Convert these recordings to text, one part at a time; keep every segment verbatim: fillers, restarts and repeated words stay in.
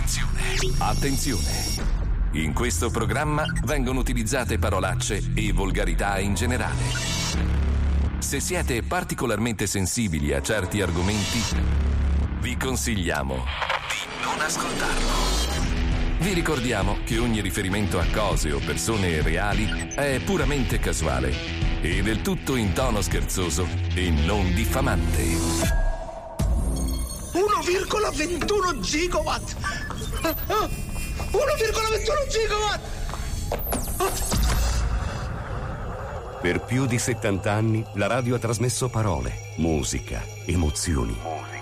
Attenzione, attenzione. In questo programma vengono utilizzate parolacce e volgarità in generale. Se siete particolarmente sensibili a certi argomenti, vi consigliamo di non ascoltarlo. Vi ricordiamo che ogni riferimento a cose o persone reali è puramente casuale e del tutto in tono scherzoso e non diffamante. uno virgola ventuno gigawatt! uno virgola ventuno gigawatt! Per più di settanta anni la radio ha trasmesso parole, musica, emozioni.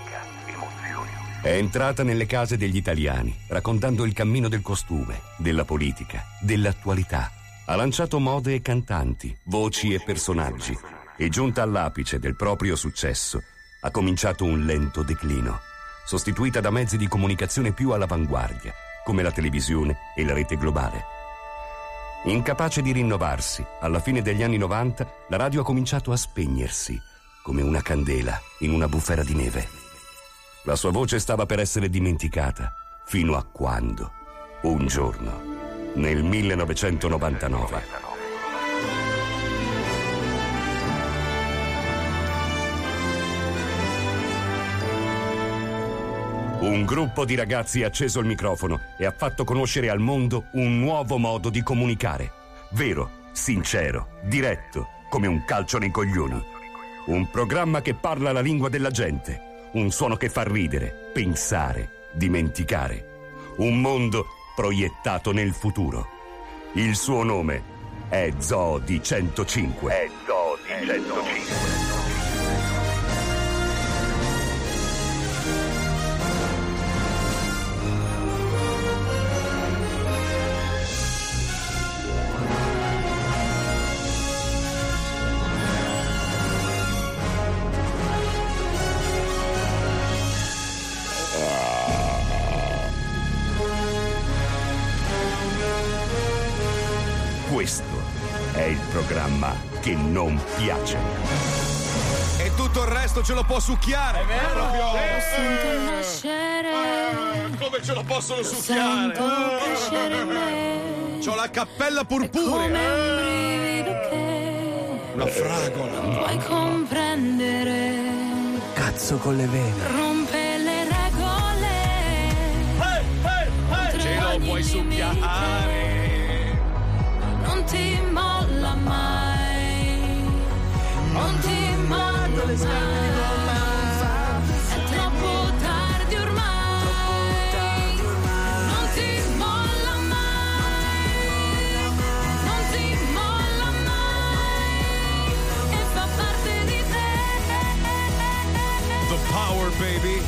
È entrata nelle case degli italiani, raccontando il cammino del costume, della politica, dell'attualità. Ha lanciato mode e cantanti, voci e personaggi, e giunta all'apice del proprio successo, ha cominciato un lento declino, sostituita da mezzi di comunicazione più all'avanguardia, come la televisione e la rete globale. Incapace di rinnovarsi, alla fine degli anni novanta la radio ha cominciato a spegnersi, come una candela in una bufera di neve. La sua voce stava per essere dimenticata, fino a quando, un giorno, nel millenovecentonovantanove, un gruppo di ragazzi ha acceso il microfono e ha fatto conoscere al mondo un nuovo modo di comunicare. Vero, sincero, diretto, come un calcio nei coglioni. Un programma che parla la lingua della gente. Un suono che fa ridere, pensare, dimenticare. Un mondo proiettato nel futuro. Il suo nome è Zoo di centocinque. È Zoo di centocinque. Questo è il programma che non piace. E tutto il resto ce lo può succhiare. È vero? Proprio... Eh, come ce lo possono succhiare? C'ho la cappella purpurea. Una fragola. Puoi comprendere. Cazzo con le vene. Rompe le regole. Hey, hey, hey. Ce lo puoi succhiare. Non ti molla mai. Non ti molla mai. È troppo tardi ormai. Non ti molla mai. Non ti molla mai. E fa parte di te. The power, baby.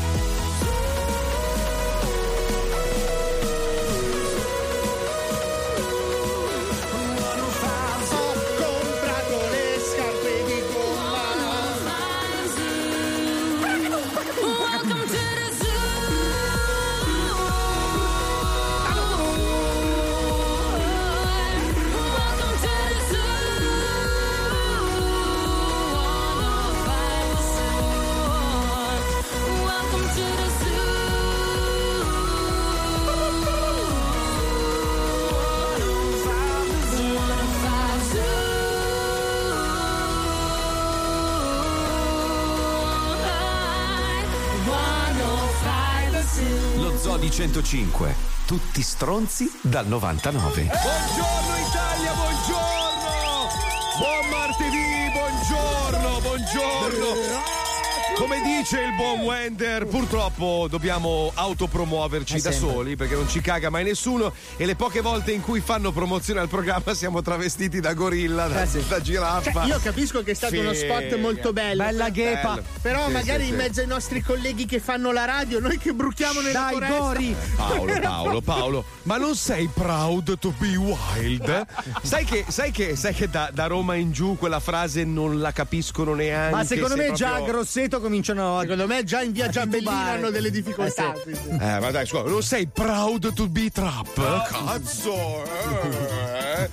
Di centocinque, tutti stronzi dal novantanove. Buongiorno Italia, buongiorno! Buon martedì, buongiorno, buongiorno! Come dice il buon Wender, purtroppo dobbiamo autopromuoverci da soli perché non ci caga mai nessuno e le poche volte in cui fanno promozione al programma siamo travestiti da gorilla, da, da giraffa. Cioè, io capisco che è stato Figa. uno spot molto bello. Bella ghepa. Bello. Però Sì, magari sì, in sì. mezzo ai nostri colleghi che fanno la radio, noi che bruchiamo nella Dai, foresta. Gori. Paolo, Paolo, Paolo, ma non sei proud to be wild? Sai che, sai che, sai che da, da Roma in giù quella frase non la capiscono neanche. Ma secondo me se già a proprio... Grosseto cominciano a. Secondo me già in via Giambellino titubare. hanno delle difficoltà. Eh, sì. Sì, sì. Eh, ma dai, scusa, non sei proud to be trap? Cazzo! Eh.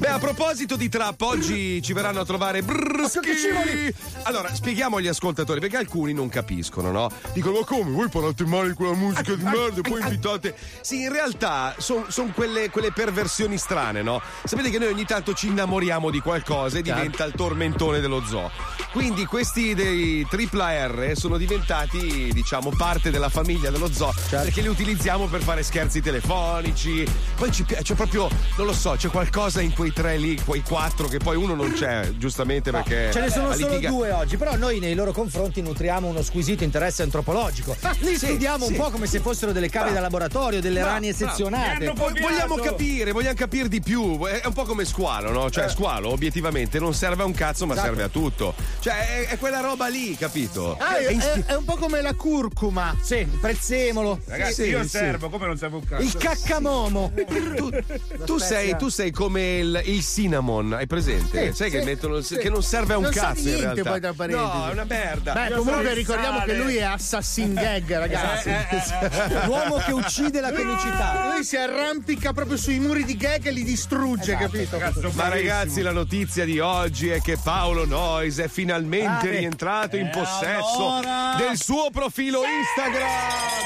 Beh, a proposito di trap, oggi ci verranno a trovare Bruschi. Allora, spieghiamo agli ascoltatori, perché alcuni non capiscono, no? Dicono, ma come? Voi parlate male di quella musica di merda e poi invitate... Sì, in realtà sono son quelle, quelle perversioni strane, no? Sapete che noi ogni tanto ci innamoriamo di qualcosa e diventa il tormentone dello zoo. Quindi questi dei tripla R sono diventati, diciamo, parte della famiglia dello zoo, perché li utilizziamo per fare scherzi telefonici. Poi ci piace, c'è proprio, non lo so, c'è qualcosa in quei tre lì, quei quattro, che poi uno non c'è, giustamente perché Ce ne sono la solo litiga- due oggi, però noi nei loro confronti nutriamo uno squisito interesse antropologico. Li Sì, studiamo sì. un po' come se fossero delle cave da laboratorio, delle Bravo, ranie bravo. sezionate. Vo- vogliamo capire, vogliamo capire di più. È un po' come Squalo, no? Cioè, Squalo obiettivamente non serve a un cazzo, ma Esatto. serve a tutto. Cioè, è, è quella roba lì, capito? Ah, è, È ispi- è- è un po' come la curcuma. Sì, il prezzemolo. Ragazzi, Sì, io sì. servo, come non servo un cazzo? Il caccamomo. tu, tu sei, tu sei come il, il cinnamon, hai presente? Sì, Sai che sì, mettono il- sì. che non serve a un Non sa cazzo in niente, realtà. poi, tra parentesi. No, è una merda. Beh, Io comunque sono ricordiamo sale. che lui è assassin gag, ragazzi. L'uomo che uccide la comicità. Lui si arrampica proprio sui muri di gag e li distrugge, capito? Cazzo, Ma ragazzi, la notizia di oggi è che Paolo Noyes è finalmente Ah, beh. rientrato in E possesso allora? del suo profilo Instagram.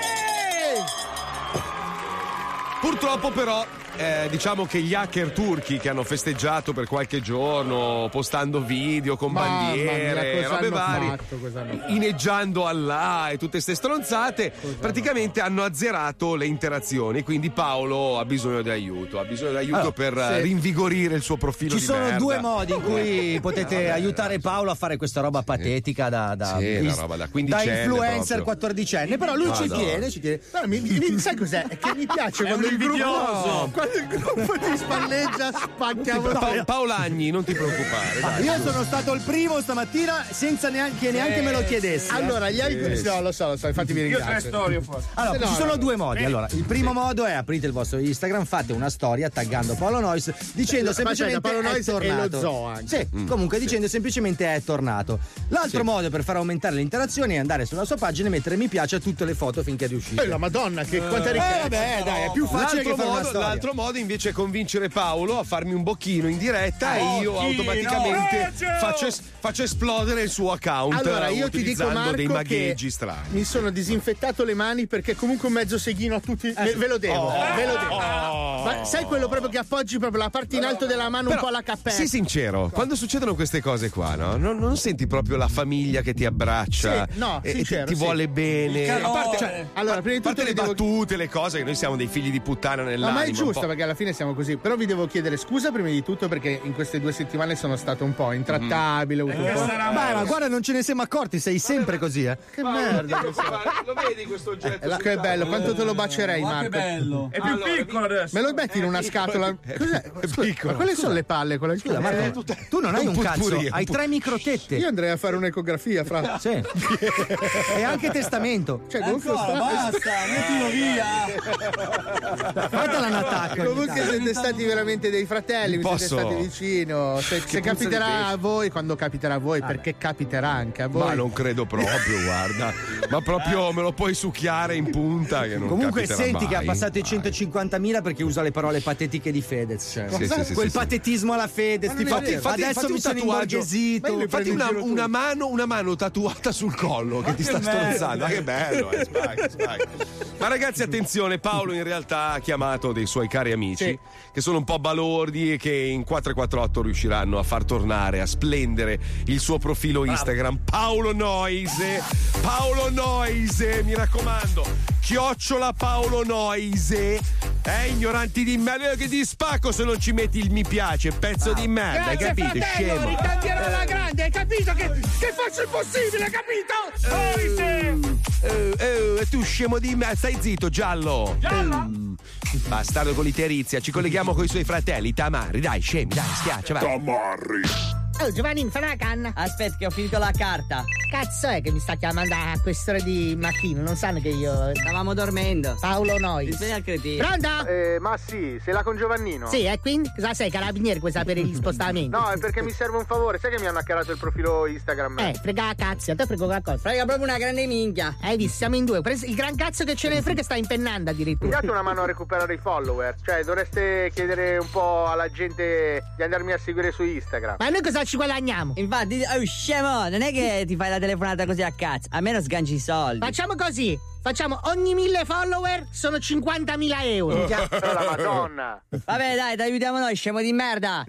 Purtroppo però eh, diciamo che gli hacker turchi che hanno festeggiato per qualche giorno postando video con Mamma bandiere, mia, cosa robe hanno varie, fatto, cosa hanno fatto? ineggiando Allah e tutte ste stronzate, praticamente hanno azzerato le interazioni. Quindi Paolo ha bisogno di aiuto, ha bisogno di aiuto Allora, per sì. eh, rinvigorire il suo profilo Ci di sono merda. due modi in cui potete aiutare Paolo a fare questa roba patetica da, da, Sì, una roba da quindicenne influencer proprio. quattordicenne. Però lui ci Madonna. tiene, ci tiene. No, mi- mi- sai cos'è? È che mi piace quando un il, gruppo, invidioso. quando il gruppo ti spalleggia, spacchiamo. Pa- Paolagni, non ti preoccupare. dai. Io sono stato il primo stamattina senza neanche, neanche me lo chiedessi. eh. Allora, gli hai. No, lo so, lo so, infatti mi Io tre ringrazio. storie forse. Allora, No, ci sono no, due modi. Allora, il primo modo è aprite il vostro Instagram, fate una storia taggando Paolo Noyes dicendo Aspetta, semplicemente Paolo è Noyes e lo tornato. zoo anche. Sì, comunque dicendo semplicemente è tornato. L'altro Sì. modo per far aumentare le interazioni è andare sulla sua pagina e mettere mi piace a tutte le foto finché è riuscito. Eh, la Madonna, che quanta Eh, ricchezza. vabbè, dai, è più facile L'altro che fare una modo, storia. l'altro modo invece è convincere Paolo a farmi un bocchino in diretta e io Bocchino, automaticamente Reggio! faccio, es- faccio esplodere il suo account Allora, io ti dico, utilizzando Marco, dei che magheggi strani. mi sono disinfettato le mani perché comunque un mezzo seghino a tutti. Ve, ve lo devo, ve lo devo. Ma sai quello proprio che appoggi proprio la parte in alto della mano, Però, un po' alla cappella? sii sincero, quando succedono queste cose qua, no? Non, non senti proprio la famiglia che ti abbraccia Sì, no, e, e sincero, ti, ti sì. vuole bene. A parte, Cioè, allora, prima a di parte tutto le vi devo- battute, le cose, che noi siamo dei figli di puttana No, nell'anima. ma è un giusto po'. perché alla fine siamo così. Però vi devo chiedere scusa prima di tutto perché in queste due settimane sono stato un po' intrattabile. ho avuto un po'- sarà Beh, ma guarda, non ce ne siamo accorti, sei sempre così, eh. Che merda. Lo vedi questo oggetto? Eh, la- che bello, quanto te lo bacerei, Ma che Marco. bello. È più Allora, piccolo adesso. Me lo metti in una scatola? Cos'è? Scusa, piccolo. ma quelle sono le palle? Quelle Scusa, Marco, tu non hai un un cazzo, putpurì, un hai put- tre microtette. Io andrei a fare un'ecografia, fra. Sì. E anche testamento. Cioè, comunque Ancora, basta, mettilo via. Fatela un attacco. ogni Comunque tanto. siete stati veramente dei fratelli, mi Posso- siete stati vicino. Se, se puzza di capiterà pesce. a voi, quando capiterà a voi, perché capiterà anche a voi. Ma non credo proprio, guarda. Ma proprio me lo puoi succhiare in punta che non Comunque capiterà senti che ha mai, passato i mai. centocinquantamila perché usa le parole patetiche di Fedez. Cioè. Sì, sì, sì, Quel sì, sì. patetismo alla Fedez. Ma non Tipo, è vero. Fatti- adesso fatti mi un sono tatuaggio. imborghesito. Ma io Fatti una, una mano, una mano tatuata sul collo che ti sta strozzando. Ma che bello, eh, spacca, spacca. Ma ragazzi, attenzione, Paolo in realtà ha chiamato dei suoi cari amici Sì. che sono un po' balordi e che in quattro quattro otto riusciranno a far tornare, a splendere il suo profilo Instagram. Paolo Noise. Paolo Noise, mi raccomando. Chiocciola Paolo Noise. Eh, ignoranti di merda, che ti spacco se non ci metti il mi piace, pezzo di merda, hai capito? Scemo. ricambierò la grande, hai capito che, che faccio il possibile, hai capito? Eh, eh, e tu scemo di me, stai zitto, giallo. Giallo? Eh, bastardo con l'iterizia, ci colleghiamo con i suoi fratelli, Tamari, dai, scemi, dai, schiaccia, vai. Tamarri, Oh, Giovanni, fai una canna. Aspetta che ho finito la carta. Cazzo è che mi sta chiamando a quest'ora di mattino? Non sanno che io... Stavamo dormendo. Paolo Noi. Insegna al cretino. Pronto? Eh, ma sì, sei là con Giovannino? Sì, e quindi? Cosa sei, carabinieri, vuoi sapere gli spostamenti? No, è perché mi serve un favore. Sai che mi hanno hackerato il profilo Instagram? Eh, frega la cazzo, a te frego qualcosa. Frega proprio una grande minchia. Hai visto, siamo in due. Il gran cazzo che ce ne frega sta impennando addirittura. Mi date una mano a recuperare i follower? Cioè, dovreste chiedere un po' alla gente di andarmi a seguire su Instagram. Ma noi cosa ci guadagniamo? Infatti, oh scemo, non è che ti fai la telefonata così a cazzo, almeno sganci i soldi. Facciamo così, facciamo ogni mille follower sono cinquantamila euro. Oh, la Madonna. Vabbè dai, ti aiutiamo noi, scemo di merda.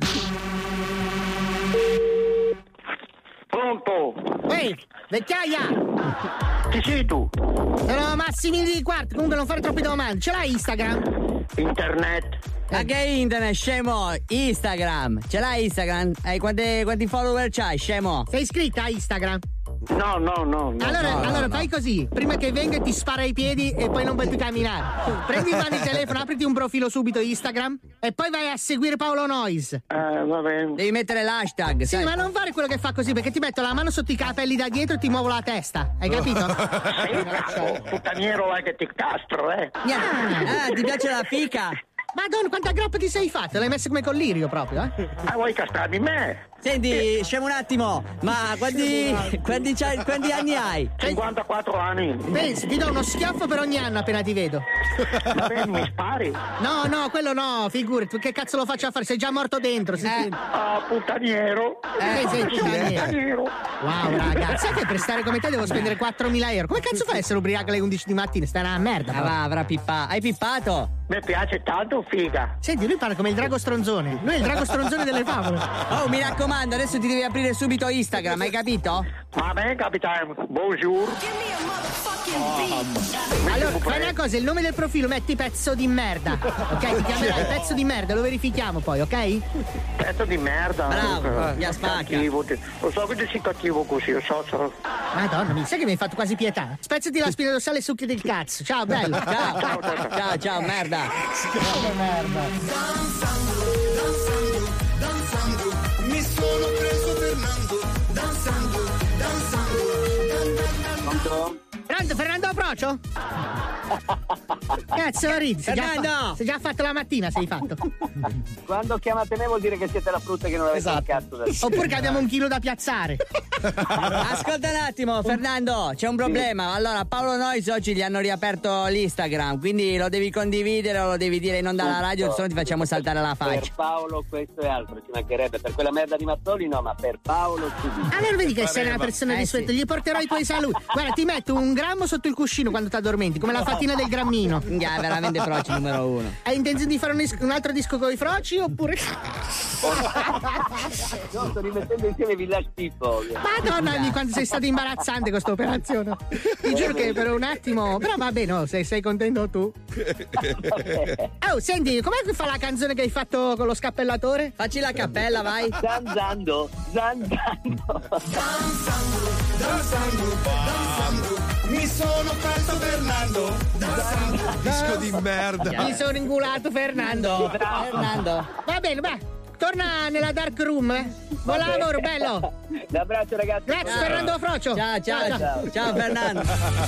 Pronto? Ehi, vecchiaia! Chi sei tu? Sono Massimiliano di Quarto, comunque non fare troppe domande. Ce l'hai Instagram? Internet. Ma che internet, scemo? Instagram. Ce l'hai Instagram? Eh, quanti, quanti follower c'hai, scemo? Sei iscritta a Instagram? No, no, no. no. Allora, no, allora no, fai no. così, prima che venga ti spara i piedi e poi non puoi più camminare. Prendi in mano il telefono, apriti un profilo subito Instagram e poi vai a seguire Paolo Nois. Eh, va bene. Devi mettere l'hashtag. Sì, sai? ma non fare quello che fa così perché ti metto la mano sotto i capelli da dietro e ti muovo la testa. Hai capito? Sei bravo, puttaniero, eh, che ti castro, eh. Ah, ti piace la fica? Madonna, quanta grappa ti sei fatta? L'hai messa come collirio proprio, eh? Ah, vuoi castrarmi me? Senti, scemo un attimo, ma quanti, quanti, c'hai- quanti anni hai? cinquantaquattro anni. Pensi, ti do uno schiaffo per ogni anno appena ti vedo. Va bene, mi spari? No, no, quello no, figurati, che cazzo lo faccio a fare? Sei già morto dentro. Si Eh. Ah, puttaniero. Eh, sei puttaniero. Puttaniero. Wow, ragazzi, sai che per stare come te devo spendere quattromila euro? Come cazzo fai a essere ubriaco alle undici di mattina? Stai una merda. Ah, proprio. va, avrà pippato. Hai pippato? Mi piace tanto, figa. Senti, lui parla come il drago stronzone. Lui è il drago stronzone delle favole. Oh, mi raccomando, adesso ti devi aprire subito Instagram, hai capito? Va bene, capitano. Bonjour. Allora, fai una cosa, il nome del profilo metti pezzo di merda. Ok, ti chiamerai pezzo di merda, lo verifichiamo poi, ok? Pezzo di merda. Bravo, Eh, mi spacca. cattivo, ti- Lo so che ti sei cattivo così, lo so. so. Madonna, mi sai che mi hai fatto quasi pietà. Spezzati la spina dorsale e succhi del cazzo. Ciao, bello. Ciao, ciao, ciao, merda. Mi sono preso Fernando, danzando, danzando. Pronto, Fernando Procio? Cazzo ridi, sei già, Fernando! fa- sei già fatto la mattina, sei fatto. Quando chiamate me vuol dire che siete la frutta che non avete Esatto. un cazzo da dire. Oppure che abbiamo un chilo da piazzare. Ascolta un attimo, Fernando, c'è un problema. Allora, Paolo Nois oggi gli hanno riaperto l'Instagram, quindi lo devi condividere o lo devi dire in onda alla radio, se no ti facciamo saltare la Per faccia. Paolo questo e altro, ci mancherebbe. Per quella merda di Mazzoli no, ma per Paolo ci dico. Allora vedi che sei una persona Eh, di sueto, sì. gli porterò i tuoi saluti. Guarda, ti metto un grammo sotto il cuscino quando ti addormenti, come la fattina del grammino. Yeah, veramente froci numero uno. Hai intenzione di fare un, is- un altro disco con i froci oppure... No, sto rimettendo insieme Village People. Madonna mia, quanto sei stato imbarazzante questa operazione. Ti giuro che per un attimo... Però va bene, oh, sei, sei contento tu. Oh, senti, com'è che fa la canzone che hai fatto con lo scappellatore? Facci la cappella, vai. Zanzando, zanzando. Mi sono preso Fernando, danzando. Disco di merda. Mi sono ingulato Fernando. Fernando. Va bene, beh, torna nella dark room, eh. Buon lavoro, bello. Un abbraccio ragazzi. Grazie Ciao. Fernando Frocio. Ciao, ciao, ciao, ciao. ciao Fernando.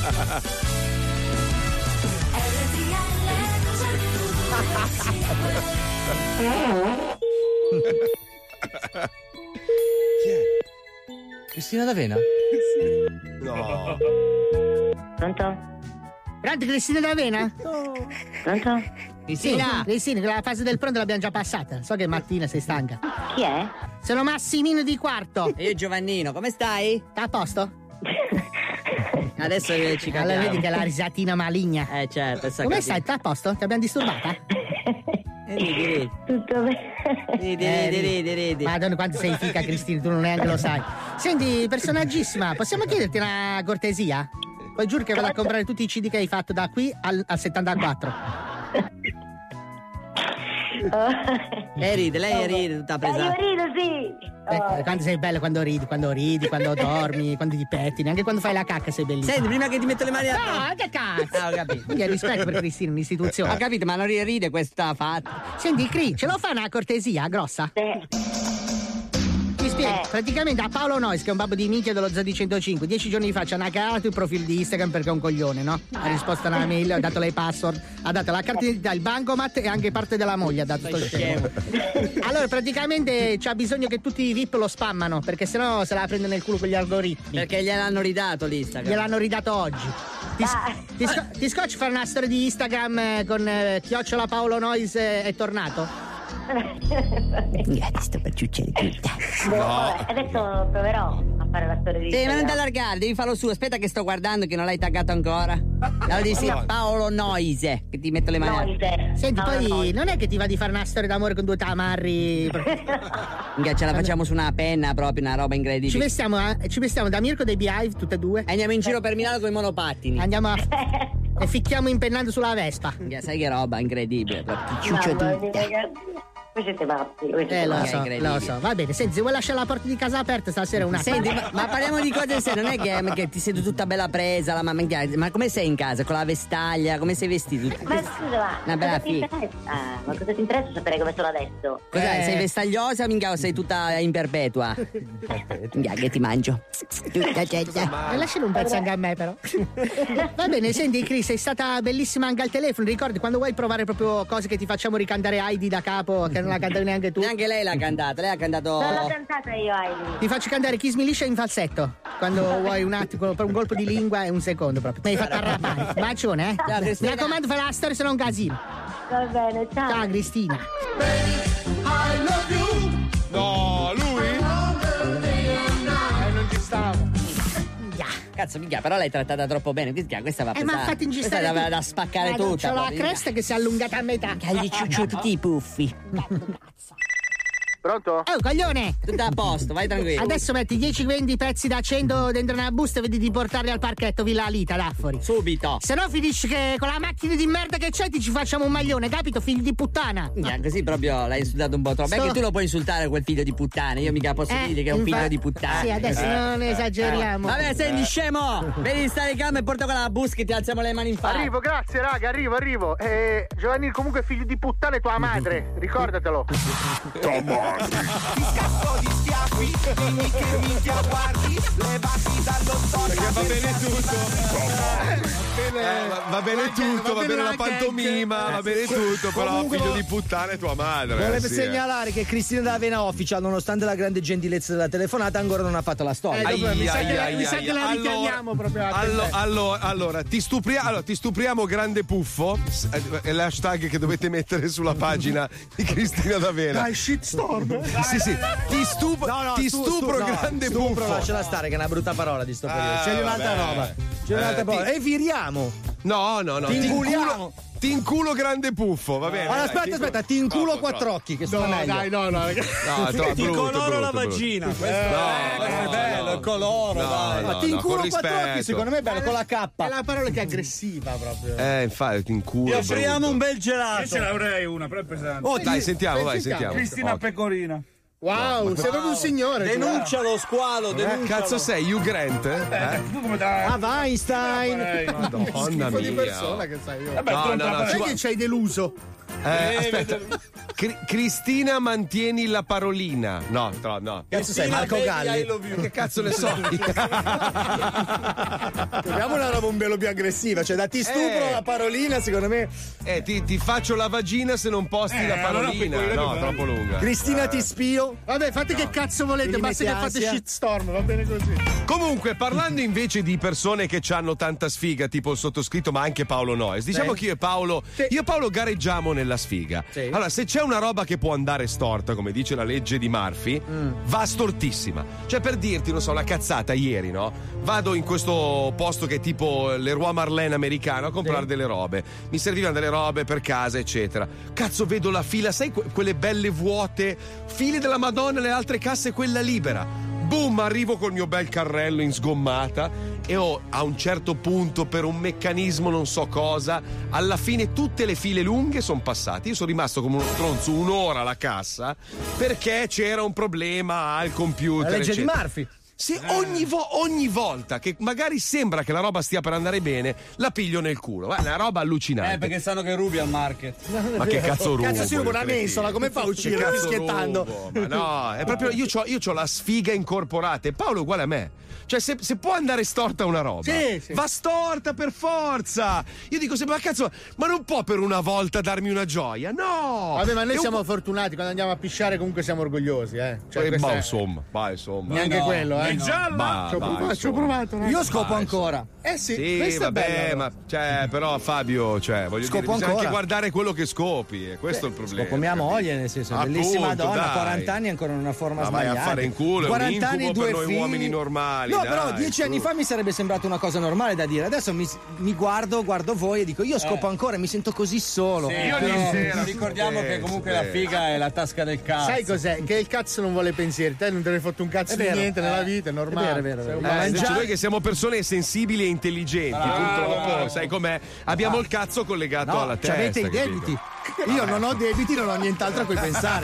Chi è? Cristina D'Avena? No. Pronto? Pronto, Cristina D'Avena? Pronto? Cristina, Cristina, la fase del pronto l'abbiamo già passata. So che mattina sei stanca. Chi è? Sono Massimino di Quarto. E io Giovannino, come stai? Sta a posto? Adesso ci Allora capiamo. vedi che la risatina maligna. Eh certo, adesso Come capiamo. stai? Sta a posto? Ti abbiamo disturbata? Eh, ridi, ridi. Tutto bene? Ridi, Eh, ridi, ridi, ridi. Madonna, quanto sei fica, Cristina, tu non neanche lo sai. Senti, personaggissima, possiamo chiederti una cortesia? Poi giuro che vado a comprare tutti i C D che hai fatto da qui al, al settantaquattro. Lei ride, lei ride tutta presa. rido, sì. Eh, quando sei bella, quando ridi, quando ridi, quando dormi, quando ti pettini, anche quando fai la cacca sei bellissima. Senti, prima che ti metto le mani a... No, che cazzo! Ah, ho capito. Quindi hai rispetto per Cristina, un'istituzione. Ho capito, ma non ride questa fatta. Senti, Cri, ce lo fa una cortesia grossa? Eh, Mi spiego. Eh. Praticamente a Paolo Nois, che è un babbo di minchia dello Zodi centocinque, dieci giorni fa ci hanno hackerato il profilo di Instagram perché è un coglione, no? Ha risposto a una mail, ha dato le password, ha dato la carta d'identità, il bancomat e anche parte della moglie ha dato sto scemo. Allora praticamente c'ha bisogno che tutti i V I P lo spammano, perché sennò se la prende nel culo con gli algoritmi. Perché gliel'hanno ridato l'Instagram. Gliel'hanno ridato oggi. Ti, ti, sco- ti scocci fare una storia di Instagram eh, con eh, chiocciola Paolo Nois eh, è tornato? Io ti sto per ciucciare tutta. No. Adesso proverò a fare la storia di Sì, ma non ti allargare, devi farlo su. Aspetta che sto guardando che non l'hai taggato ancora. Allora dici No. Paolo Noise, che ti metto le mani. Senti, Paolo poi Noise. non è che ti va di fare una storia d'amore con due tamarri? Minchia, ce la facciamo su una penna, proprio una roba incredibile. Ci vestiamo, eh, ci vestiamo da Mirko dei Beehive, tutte e due. Andiamo in giro per Milano con i monopattini. Andiamo a. E ficchiamo impennando sulla Vespa. Minchia, sai che roba incredibile, proprio. Ti ciuccio Mamma tutta. mia, ragazzi. Voi siete pazzi. voi siete Eh, lo pazzi. so, lo so. Va bene, senti, se vuoi lasciare la porta di casa aperta stasera un attimo. Senti, ma, ma parliamo di cose serie, non è che, che ti sento tutta bella presa, la mamma, minchia, ma come sei in casa? Con la vestaglia, come sei vestito? Ma scusa, ma Una bella cosa ti figa. interessa? Ma cosa ti interessa sapere come sono adesso? Cos'è? Eh. Sei vestagliosa, minchia, o sei tutta in perpetua? Minchia, che ti mangio. E lascialo un pezzo anche a me, però. Va bene, senti, Chris, sei stata bellissima anche al telefono. Ricordi quando vuoi provare proprio cose che ti facciamo ricantare Heidi da capo, che non la cantavi neanche tu? Neanche lei l'ha cantata, lei ha cantato. Non l'ho cantata io, Heidi. Ti faccio cantare Kiss Me Liscia in falsetto. Quando vuoi un attimo, per un colpo di lingua e un secondo proprio. Mi hai fatto arrapare. Bacione, eh? Ciao, Cristina. Mi raccomando, fai la storia, se no è un casino. Va bene, ciao. Ciao, Cristina. No, lui? Eh, non ci stavo. Cazzo, minchia, però l'hai trattata troppo bene. Minchia, questa va Eh, pesante. ma ha fatto Questa ingestare da, tutto. da spaccare Guarda, tutta. c'ho la proprio, cresta che si è allungata a metà. minchia. Gli ciuccio tutti i puffi. Pronto? Oh, coglione! Tutto a posto, vai tranquillo. Adesso metti dieci venti pezzi da cento dentro una busta e vedi di portarli al parchetto Villa Alita, là fuori. Subito. Se no finisci che con la macchina di merda che c'è ti ci facciamo un maglione, capito? Figlio di puttana. Minchia, così proprio l'hai insultato un po' troppo. Sto- È che tu lo puoi insultare quel figlio di puttana. Io mica posso Eh, dire che è un infa- figlio di puttana. Sì, adesso non esageriamo. Vabbè, senti, scemo! Vedi, stare calmo e porta quella la bus che ti alziamo le mani in faccia. Arrivo, grazie raga, arrivo, arrivo. Eh, Giovanni comunque è figlio di puttana e tua madre, ricordatelo. Scappo di schiaffi, dimmi che minchia guardi, levati dallo storto. Perché va bene tutto. Eh, va, va bene tutto, va, bene la pantomima, va bene tutto, però Comunque figlio vo- di puttana è tua madre. Volevo sì, eh. segnalare che Cristina D'Avena Official, nonostante la grande gentilezza della telefonata, ancora non ha fatto la storia. Eh, dopo- mi sa Ai, che la- ai, mi sa ai, che la allora- richiamiamo proprio a Allo- te. allora, allora, ti stupria- allora, ti stupriamo grande puffo. s- È l'hashtag che dovete mettere sulla pagina di Cristina D'Avena. Dai, shitstorm. Sì, sì. Ti, stup- No, no, ti stu- stupro stu- no, grande stupro, puffo. lasciala stare, che è una brutta parola di sto periodo. Ah, C'è un'altra vabbè. roba. C'è un'altra Eh, parola. ti- E viriamo. No, no, no. Ti inculiamo. Ti inculo grande puffo, va bene. Allora, dai, aspetta, ti aspetta, inculo. ti inculo No, quattro no. occhi, che sono meglio. Dai, no, no, ragazzi. No, è troppo Ti brutto, coloro brutto, la brutto. vagina. No, Questo è no, bello, no. coloro, No, dai. no, Ma ti no, inculo con quattro rispetto. occhi, secondo me è bello, con la K. È la parola che è aggressiva proprio. Eh, infatti, ti inculo. Ti offriamo brutto. un bel gelato. Io ce l'avrei una, però è pesante. Oh, dai, sentiamo, vai, sentiamo. sentiamo. Cristina Ok. Pecorina. Wow, sei proprio un signore. tu. Denuncia lo squalo, Eh, denuncia. cazzo sei, Hugh Grant? Eh? Tu come dai? Ah, Weinstein. Madonna Schifo di mia. persona che sei io. Vabbè, No, tu no, non no, te la ci Sai va- che ci hai deluso? Eh, aspetta. Cri- Cristina, mantieni la parolina. No, no, no. Cazzo sei, Marco Cristina, baby, I Galli. love you. Che cazzo ne so? Troviamo una roba un velo più aggressiva, cioè da ti stupro Eh. la parolina, secondo me. eh, ti, ti faccio la vagina se non posti Eh, la allora parolina. Pecorina No, più troppo lunga. Cristina Eh. ti spio. Vabbè, fate che cazzo volete, Quindi basta che metti fate ansia. shitstorm, va bene così. Comunque, parlando invece di persone che hanno tanta sfiga, tipo il sottoscritto, ma anche Paolo Noyes, diciamo Sì. che io e Paolo, io e Paolo gareggiamo nella sfiga. Sì. Allora, se c'è una roba che può andare storta, come dice la legge di Murphy, Mm. va stortissima. Cioè, per dirti, non so, una cazzata ieri, no? Vado in questo posto che è tipo Leroy Merlin americano a comprare Sì. delle robe. Mi servivano delle robe per casa, eccetera. Cazzo, vedo la fila, sai que- quelle belle vuote, file della Madonna, le altre casse, quella libera. Boom, arrivo col mio bel carrello in sgommata e ho, a un certo punto, per un meccanismo non so cosa, alla fine tutte le file lunghe sono passate. Io sono rimasto come uno stronzo un'ora alla cassa perché c'era un problema al computer. La legge di eccetera. Murphy. se ogni, vo- ogni volta che magari sembra che la roba stia per andare bene, la piglio nel culo. È una roba allucinante. Eh, perché sanno che rubi al market. Ma che cazzo rubo? Cazzo si ruba una mensola, come fa a uscire fischiettando? Ma no, è proprio io c'ho, io c'ho la sfiga incorporata e Paolo è uguale a me. Cioè, se, se può andare storta una roba, sì, sì. va storta per forza. Io dico sempre, ma cazzo, ma non può per una volta darmi una gioia? No! Vabbè, ma noi È siamo un... fortunati, quando andiamo a pisciare comunque siamo orgogliosi, eh. Cioè, eh, bah, è... insomma, bah, insomma. Neanche no, quello, eh. È gialla! Bah, ci ho bah, provato, ci ho provato. Io scopo bah, ancora. Eh sì, Sì, questa vabbè, è bella. ma cioè, però Fabio, cioè, voglio Scopo dire, bisogna ancora. anche guardare quello che scopi, e questo è il problema. Scopo mia moglie, nel senso, Appunto, bellissima donna, dai. quaranta anni ancora in una forma Ma vai sbagliata. a fare in culo, è un quaranta anni, incubo due per noi figli. uomini normali. No, dai, però dieci anni su. fa mi sarebbe sembrato una cosa normale da dire. Adesso mi, mi guardo, guardo voi e dico io scopo ancora e mi sento così solo. Sì, Però- però sera, ricordiamo che comunque sì. la figa è la tasca del cazzo. Sai cos'è? Che il cazzo non vuole pensieri, te non te ne hai fatto un cazzo È di vero. niente nella vita, è normale. È vero, è vero, Sei un è vero. Eh, invece mangiato. noi che siamo persone sensibili e intelligenti, Bravo. purtroppo, sai com'è? Abbiamo il cazzo collegato No, alla ci testa. avete i capito? debiti. Io non ho debiti, non ho nient'altro a cui pensare.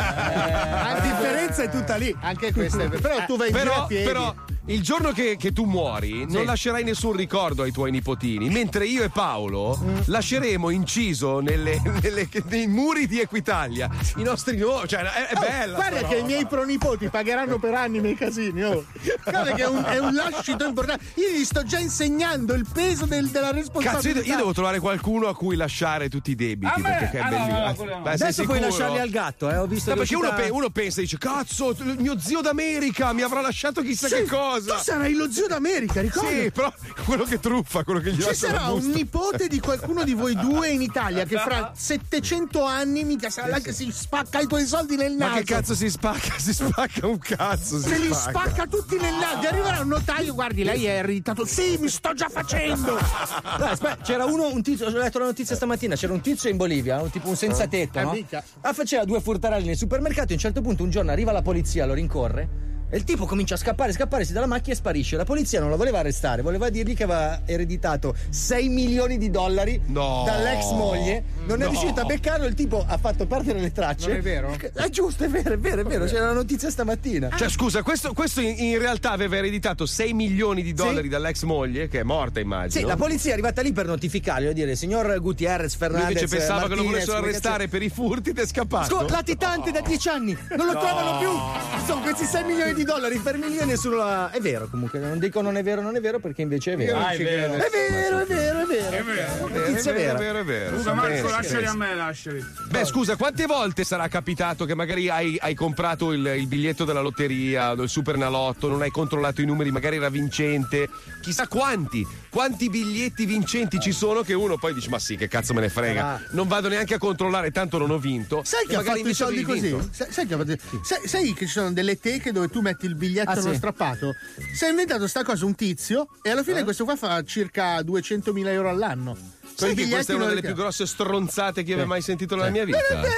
La differenza è tutta lì. Anche questa è vera. Però tu vai in giro Però, a piedi. però il giorno che, che tu muori non lascerai nessun ricordo ai tuoi nipotini, mentre io e Paolo lasceremo inciso nelle, nelle- nei muri di Equitalia i nostri nuovi. Cioè, è, è Oh, bella. guarda sta che i roba. miei pronipoti pagheranno per anni i miei casini. Oh. Guarda che è un, è un lascito importante. Io gli sto già insegnando il peso del- della Cazzo, responsabilità. io, io devo trovare qualcuno a cui lasciare tutti i debiti. A me? Perché è Ah, no, bellissimo. no, no, quello no. Beh, sei Adesso puoi sicuro? lasciarli al gatto, eh. Ho visto No, che perché uno, uscita- pe- uno pensa e dice: cazzo, mio zio d'America mi avrà lasciato chissà Sì, che cosa. Tu sarai lo zio d'America, ricordi? Sì, però quello che truffa, quello che gli Ci lascia la sarà un busta. nipote di qualcuno di voi due in Italia che fra settecento anni mica sarà là che si spacca i tuoi soldi nel naso. Ma che cazzo si spacca? Si spacca un cazzo. Si Se li spacca. spacca tutti nel naso. Arriverà un notaio, guardi, lei è ereditato. Sì, mi sto già facendo. No, aspetta, c'era uno, un tizio, ho letto la notizia stamattina, c'era un tizio in Bolivia, un tipo un senza tetto, Eh, no? mica. Ah, faceva due furtarelli nel supermercato, a un certo punto un giorno arriva la polizia, lo rincorre. E il tipo comincia a scappare, scappare, si dalla macchina e sparisce. La polizia non lo voleva arrestare, voleva dirgli che aveva ereditato sei milioni di dollari No. dall'ex moglie. Non è No. riuscito a beccarlo, il tipo ha fatto perdere le tracce. Non è vero? È giusto, è vero, è vero, è vero. C'era la notizia stamattina. Cioè, scusa, questo, questo in, in realtà aveva ereditato sei milioni di dollari Sì. dall'ex moglie, che è morta, immagino. Sì, la polizia è arrivata lì per notificargli, voglio dire, signor Gutierrez, Lui Fernandez, invece pensava che lo Martinez, volessero come arrestare per i furti ed è scappato. Scusa, latitante da dieci anni, non lo No. trovano più. Sono questi sei milioni di dollari per milioni e nessuno la... È vero, comunque, non dico non è vero, non è vero, perché invece è vero. Ah, è vero. È vero, è vero, è vero. È vero. Notizia è vera. vero, è vero. Scusa Marco, Pensa, lasciali pensa. a me, lasciali. Beh, scusa, quante volte sarà capitato che magari hai, hai comprato il, il biglietto della lotteria, del Supernalotto, non hai controllato i numeri, magari era vincente? Chissà quanti, quanti biglietti vincenti ci sono che uno poi dice: ma sì, che cazzo me ne frega, Ah. non vado neanche a controllare, tanto non ho vinto. Sai E che ha magari fatto i invece soldi avevi così? vinto. Sai, sai che ha fatto- sai- sai che ci sono delle teche dove tu metti il biglietto Ah, nello sì. strappato? Si è inventato sta cosa un tizio e alla fine Eh? questo qua fa circa duecentomila euro all'anno. Con Sai i che biglietti questa è una non delle li- più grosse stronzate che io abbia mai sentito nella mia vita?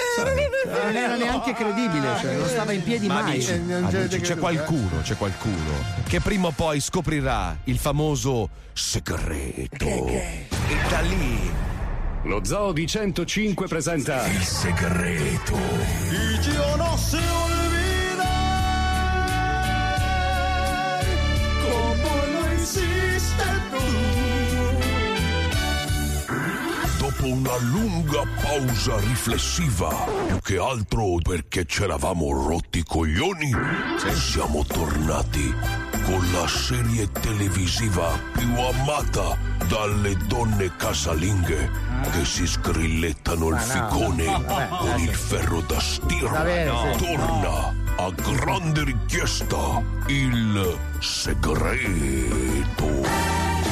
Non era neanche credibile, cioè, non stava in piedi Ma mai. amici, Eh, non amici, c'è- c'è creduto, qualcuno, c'è qualcuno che prima o poi scoprirà il famoso segreto. E da lì Lo Zoo di centocinque presenta il segreto. Yo no se olvida como lo hiciste Dopo una lunga pausa riflessiva, più che altro perché c'eravamo rotti i coglioni, siamo tornati con la serie televisiva più amata dalle donne casalinghe che si sgrillettano il no, ficone vabbè, con il ferro da stiro. Va bene, sì. Torna a grande richiesta il segreto.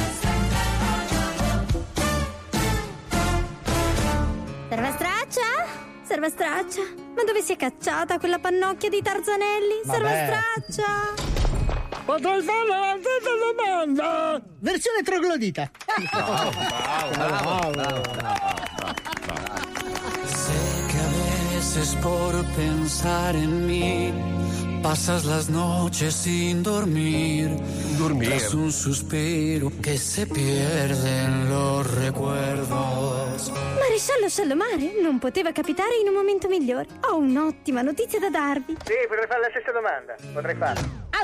Serva straccia? Serva straccia? Ma dove si è cacciata quella pannocchia di Tarzanelli? Serva Vabbè. straccia? Potrei fare la stessa domanda! Versione troglodita. Sé que a veces por pensar en mí pasas las noches sin dormir. Dormir. Tras un suspiro que se pierde en los recuerdos. Maresciallo Sciallomare non poteva capitare in un momento migliore. Ho un'ottima notizia da darvi. Sì, potrei fare la stessa domanda. Potrei farla.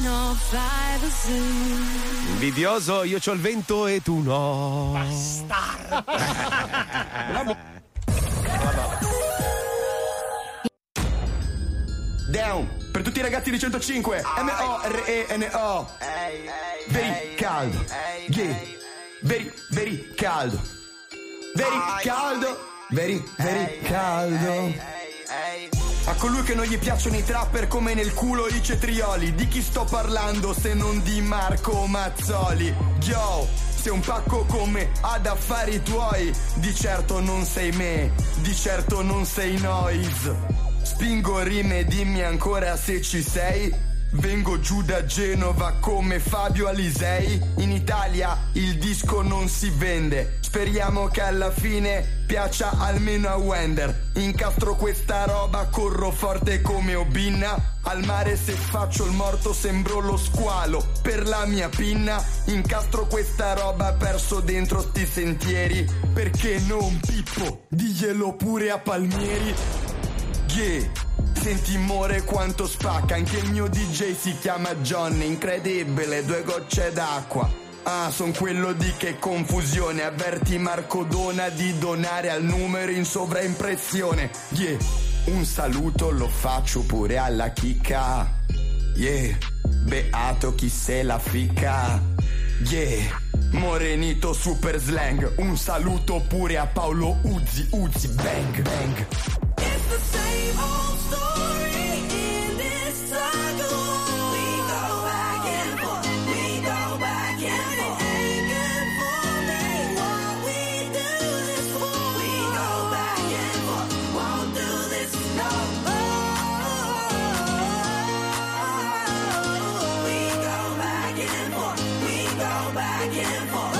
Invidioso, io c'ho il vento e tu no. Bastardo. Down per tutti i ragazzi di centocinque. M O R E N O. Veri caldo. Yeah. Veri, veri caldo. Veri caldo. Veri, veri caldo. A colui che non gli piacciono i trapper come nel culo i cetrioli. Di chi sto parlando se non di Marco Mazzoli? Yo, sei un pacco come ad affari tuoi. Di certo non sei me, di certo non sei Noise. Spingo rime, dimmi ancora se ci sei. Vengo giù da Genova come Fabio Alisei. In Italia il disco non si vende. Speriamo che alla fine piaccia almeno a Wender. Incastro questa roba, corro forte come Obinna. Al mare se faccio il morto sembro lo squalo per la mia pinna. Incastro questa roba perso dentro sti sentieri. Perché non Pippo? Diglielo pure a Palmieri. Yeah. Senti more quanto spacca. Anche il mio D J si chiama Johnny. Incredibile, due gocce d'acqua. Ah, son quello di che confusione. Avverti Marco Dona di donare al numero in sovraimpressione. Yeah, un saluto lo faccio pure alla chicca. Yeah, beato chi se la ficca. Yeah, morenito super slang. Un saluto pure a Paolo Uzzi, Uzzi, bang, bang. It's the same old story in this cycle. We go back and forth, we go back and forth. It ain't good for me what we do this for. We go back and forth, won't do this no more. We go back and forth, we go back and forth.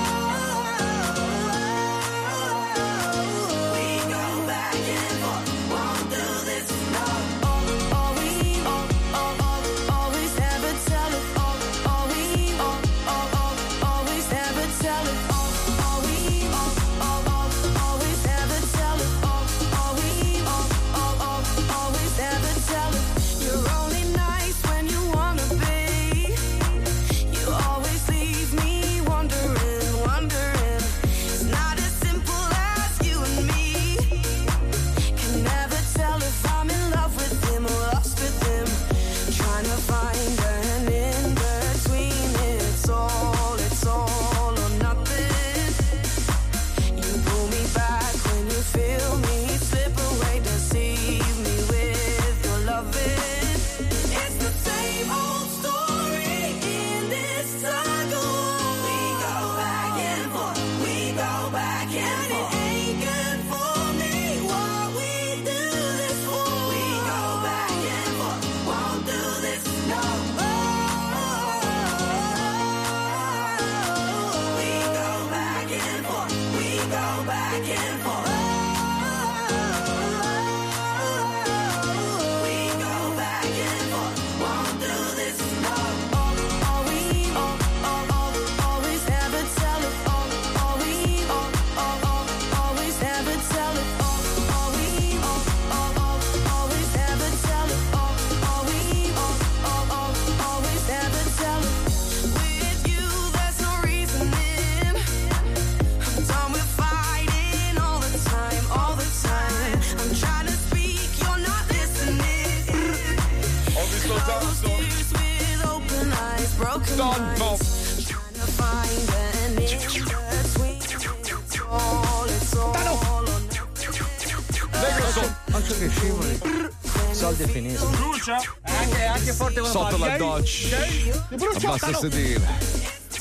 Soldi e finiscono. Brucia? Anche, anche forte quando Sotto fa. la Dodge. Abbassa il sedile.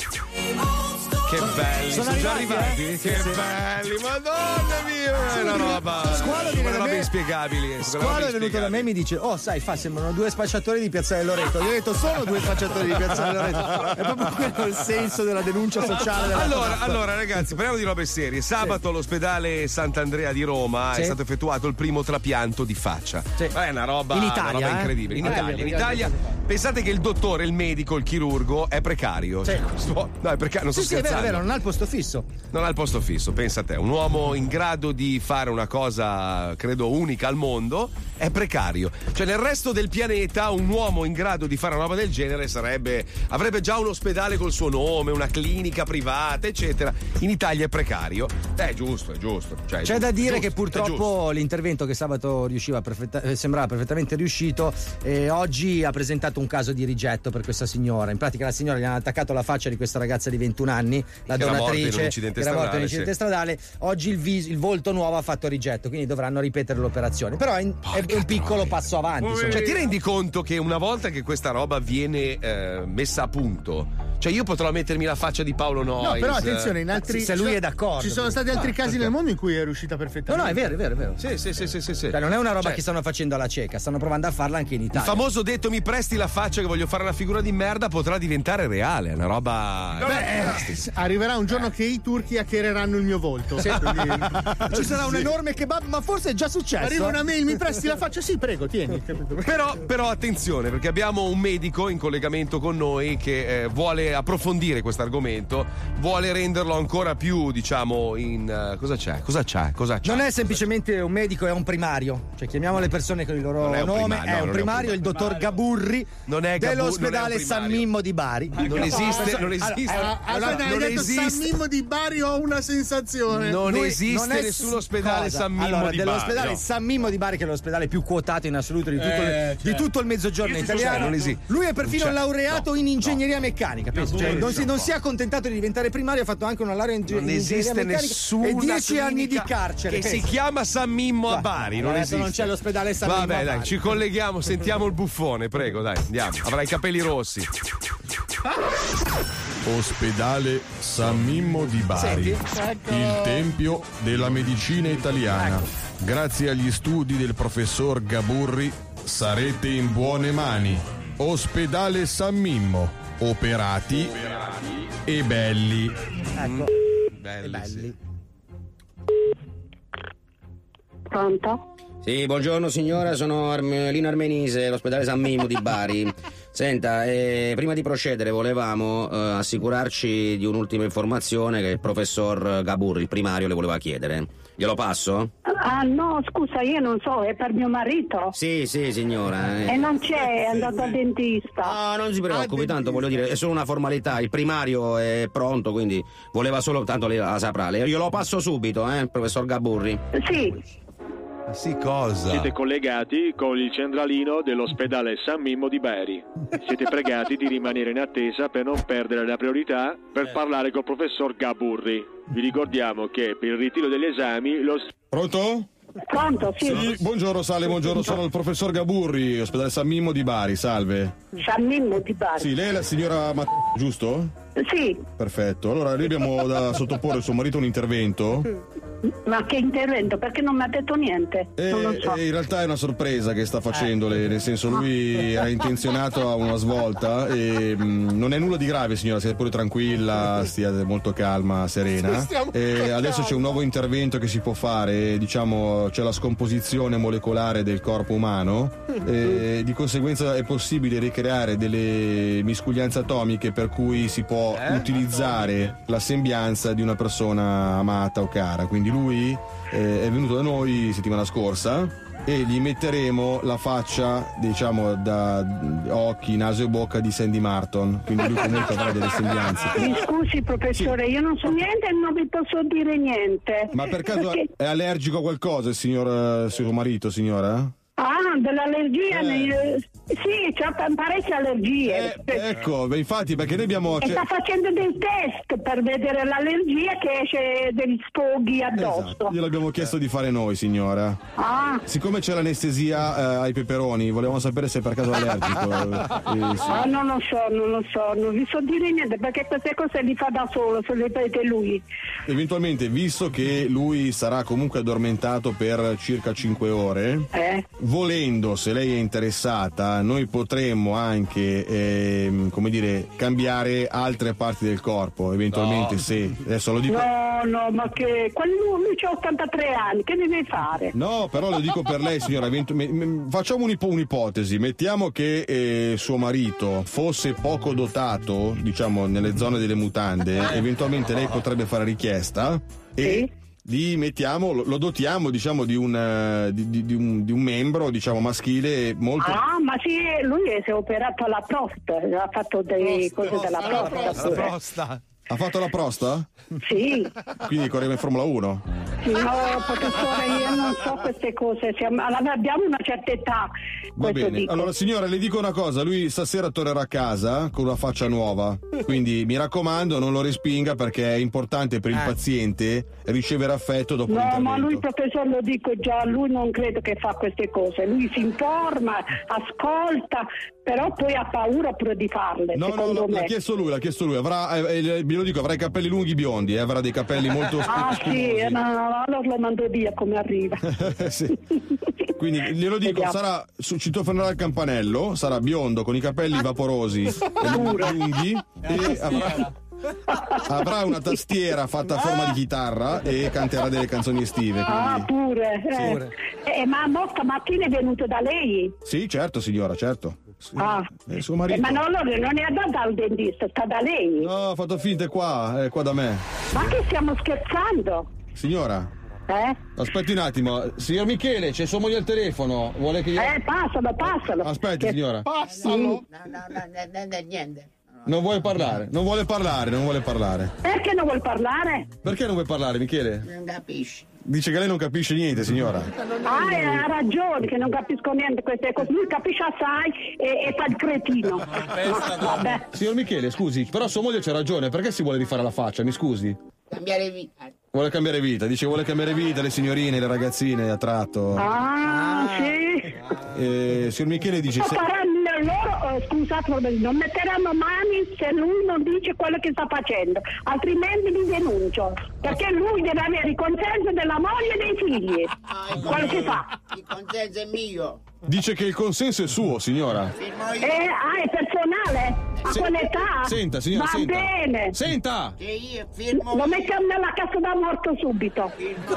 Che belli, sono, sono già arrivati? Eh? Che sì, belli, sì. Madonna mia! È una roba. Squalo viene una da roba me. inspiegabili. Squalo è venuto da me e mi dice: oh, sai, fa, sembrano due spacciatori di Piazzale Loreto. Io ho detto: sono due spacciatori di Piazzale Loreto. È proprio quello il senso della denuncia sociale. Della allora, cosa. allora, ragazzi, parliamo di robe serie. Sabato sì. all'ospedale Sant'Andrea di Roma sì. è stato effettuato il primo trapianto di faccia. Sì. È una roba, in Italia, una roba eh? incredibile. In eh, Italia, in Italia pensate che il dottore, il medico, il chirurgo è precario. Sì. No, è precario, non sto sì, scherzando. vero, non ha il posto fisso. Non ha il posto fisso, pensa a te, un uomo in grado di fare una cosa, credo, unica al mondo, è precario. Cioè nel resto del pianeta un uomo in grado di fare una roba del genere sarebbe, avrebbe già un ospedale col suo nome, una clinica privata, eccetera. In Italia è precario. Eh, è giusto, è giusto. Cioè, è C'è giusto, da dire giusto, che purtroppo l'intervento che sabato riusciva perfetta- eh, sembrava perfettamente riuscito, e oggi ha presentato un caso di rigetto per questa signora. In pratica la signora gli ha attaccato la faccia di questa ragazza di ventuno anni, la Che era morta in un donatrice, incidente che era morta in un stradale, incidente stradale. Oggi il, vis- il volto nuovo ha fatto rigetto, quindi dovranno ripetere l'operazione. Però è, è un piccolo passo avanti. insomma. Cioè, ti rendi conto che una volta che questa roba viene eh, messa a punto, cioè io potrò mettermi la faccia di Paolo Noyes. No, però attenzione, in altri se lui è d'accordo. Ci sono stati altri No, casi perché? nel mondo in cui è riuscita No, perfettamente. no, è vero, è vero, è vero. Sì, sì, sì, sì, sì, sì. Cioè, non è una roba Cioè, che stanno facendo alla cieca, stanno provando a farla anche in il Italia. famoso detto mi presti la faccia che voglio fare una figura di merda potrà diventare reale, è una roba. Beh, eh, arriverà un giorno che i turchi hackereranno il mio volto. Sì. Quindi- Ci sarà un Sì. enorme kebab, ma forse è già successo. Arriva una mail, mi presti la faccia? Sì, prego, tieni. Però, però attenzione, perché abbiamo un medico in collegamento con noi che eh, vuole approfondire questo argomento, vuole renderlo ancora più, diciamo, in. eh, cosa c'è? Cosa c'è? Cosa c'è? Non è semplicemente un medico, è un primario. Cioè, chiamiamo le persone con il loro Non è un nome. primario, no, è non un è un primario, il dottor Gaburri Non è Gabu- dell'ospedale non è un San primario. Mimmo di Bari. Non esiste, non esiste. Ah, non, aspetta, hai non detto esiste. San Mimmo di Bari, ho una sensazione. Non Lui esiste non è nessun ospedale cosa? San Mimmo allora, di dell'ospedale Bari. no. San Mimmo di Bari, che è l'ospedale più quotato in assoluto di tutto, Eh, di certo. tutto il mezzogiorno Io ci sono italiano. stato. Non esiste. Lui è perfino Non c'è. laureato No, in ingegneria meccanica. pensa. Cioè, non, si, non si è accontentato di diventare primario, ha fatto anche una laurea in, Non in ingegneria esiste meccanica nessuna e dieci anni di clinica carcere. che si pensa. chiama San Mimmo a Guarda, Bari. Non adesso esiste. non c'è l'ospedale San Mimmo Vabbè, a dai, Bari. ci colleghiamo, sentiamo il buffone, prego, dai, andiamo. Avrai i capelli rossi. Ospedale San Mimmo di Bari, Senti? il tempio della medicina italiana. Grazie agli studi del professor Gaburri sarete in buone mani. Ospedale San Mimmo, operati e belli. Ecco. Belli, belli. Pronto? Sì, buongiorno signora, sono Armelino Armenise, l'ospedale San Mimmo di Bari. Senta, eh, prima di procedere volevamo eh, assicurarci di un'ultima informazione che il professor Gaburri, il primario, le voleva chiedere. Glielo passo? Ah no, scusa, io non so, è per mio marito. Sì, sì signora. eh. E non c'è, è andato al dentista. Ah, non si preoccupi, tanto voglio dire, è solo una formalità, il primario è pronto, quindi voleva solo, tanto lei la saprà. Le- Glielo passo subito, eh, professor Gaburri. Sì. Sì, cosa? Siete collegati con il centralino dell'ospedale San Mimmo di Bari. Siete pregati di rimanere in attesa per non perdere la priorità per parlare col professor Gaburri. Vi ricordiamo che per il ritiro degli esami lo... Pronto? Pronto, sì. Sì, buongiorno Sale, buongiorno, sono il professor Gaburri, ospedale San Mimmo di Bari, salve. San Mimmo di Bari. Sì, lei è la signora Matt, giusto? Sì. Perfetto, allora noi abbiamo da sottoporre a suo marito un intervento. Ma che intervento? Perché non mi ha detto niente? E, non lo so. e in realtà è una sorpresa che sta facendole, nel senso lui era intenzionato a una svolta e mh, non è nulla di grave signora, siete pure tranquilla, stia molto calma, serena. Stiamo E calmi. adesso c'è un nuovo intervento che si può fare, diciamo c'è la scomposizione molecolare del corpo umano e di conseguenza è possibile ricreare delle miscuglianze atomiche per cui si può utilizzare la sembianza di una persona amata o cara, quindi lui eh, è venuto da noi settimana scorsa e gli metteremo la faccia, diciamo, da occhi, naso e bocca di Sandy Martin, quindi lui comunque avrà delle sembianze. Mi scusi professore, io non so niente e non vi posso dire niente. Ma per caso Perché- è allergico a qualcosa il signor, eh, suo marito, signora? Ah, dell'allergia? Eh. Sì, c'ha parecchie allergie. Ecco, beh, infatti perché noi abbiamo... E sta facendo dei test per vedere l'allergia che esce degli sfoghi addosso. Esatto, gliel'abbiamo chiesto di fare noi, signora. Ah. Siccome c'è l'anestesia eh, ai peperoni, volevamo sapere se per caso è allergico. Eh, sì. Ah, non lo so, non lo so, non vi so dire niente perché queste cose li fa da solo, se le ripete lui. Eventualmente, visto che lui sarà comunque addormentato per circa cinque ore, Eh? volendo volendo, se lei è interessata, noi potremmo anche ehm, come dire, cambiare altre parti del corpo, eventualmente. No. Se adesso lo dico. No, no, ma che quello lui c'ha ottantatré anni, che deve fare? No, però lo dico per lei, signora. eventu- me- me- facciamo un'ipo- un'ipotesi. Mettiamo che eh, suo marito fosse poco dotato, diciamo, nelle zone delle mutande. Eventualmente lei potrebbe fare richiesta e di mettiamo, lo, lo dotiamo, diciamo, di un, eh, di, di- di un, di un membro, diciamo, maschile molto. Ah, ma sì, lui si è operato alla prostata, ha fatto delle cose della prostata. pure. Prosta. Ha fatto la prosta? Sì. Quindi correva in Formula uno? Sì, no, professore, io non so queste cose, siamo- abbiamo una certa età. Va questo bene, dico. allora signora le dico una cosa, lui stasera tornerà a casa con una faccia nuova, quindi mi raccomando non lo respinga perché è importante per il paziente ricevere affetto dopo No, l'intervento. ma lui, professore, lo dico già, lui non credo che fa queste cose, lui si informa, ascolta, però poi ha paura pure di farle, No, no, secondo no, me. l'ha chiesto lui, l'ha chiesto lui, avrà, eh, eh, ve lo dico, avrà i capelli lunghi biondi, eh, avrà dei capelli molto Ah spi- sì, spinosi. eh, no, no, allora lo mando via come arriva. Sì. Quindi glielo dico, Vediamo. sarà su- citofonerà il campanello, sarà biondo con i capelli vaporosi e lunghi e avrà, avrà una tastiera fatta a forma di chitarra e canterà delle canzoni estive. Ah, Quindi... pure. Sì. Eh. Pure. Eh, ma mo stamattina è venuto da lei? Sì, certo signora, certo. Sì. Ah. È suo marito. Eh, ma no, allora non è andata al dentista, sta da lei. No, ha fatto finta, è qua, è qua da me. Ma che stiamo scherzando? Signora, Eh? aspetti un attimo. Signor Michele, c'è sua moglie al telefono. Vuole che io... Eh, passalo, passalo. Aspetti, Che- signora. Passalo. No, no, no, niente, niente. Non vuole parlare, non vuole parlare, non vuole parlare. Perché non vuol parlare? Perché non vuoi parlare, Michele? Non capisci. Dice che lei non capisce niente, signora. Ah, eh, ha ragione, che non capisco niente queste cose. Lui capisce assai e, e fa il cretino. Ma, vabbè. Signor Michele, scusi, però sua moglie c'ha ragione, perché si vuole rifare la faccia? Mi scusi? Cambiare vita. Vuole cambiare vita, dice che vuole cambiare vita, le signorine, le ragazzine a tratto. Ah, sì. Eh, signor Michele dice... Ma se- faranno loro, eh, scusate, non metteranno mani se lui non dice quello che sta facendo, altrimenti li denuncio. Perché lui deve avere il consenso della moglie e dei figli. Quello che fa. Il consenso è mio. Dice che il consenso è suo, signora. Firmo io. Eh, ah, è personale? A Se- quell'età? Senta, signora, Va senta. bene. Senta! Che io firmo Lo io. mettiamo nella cassa da morto subito.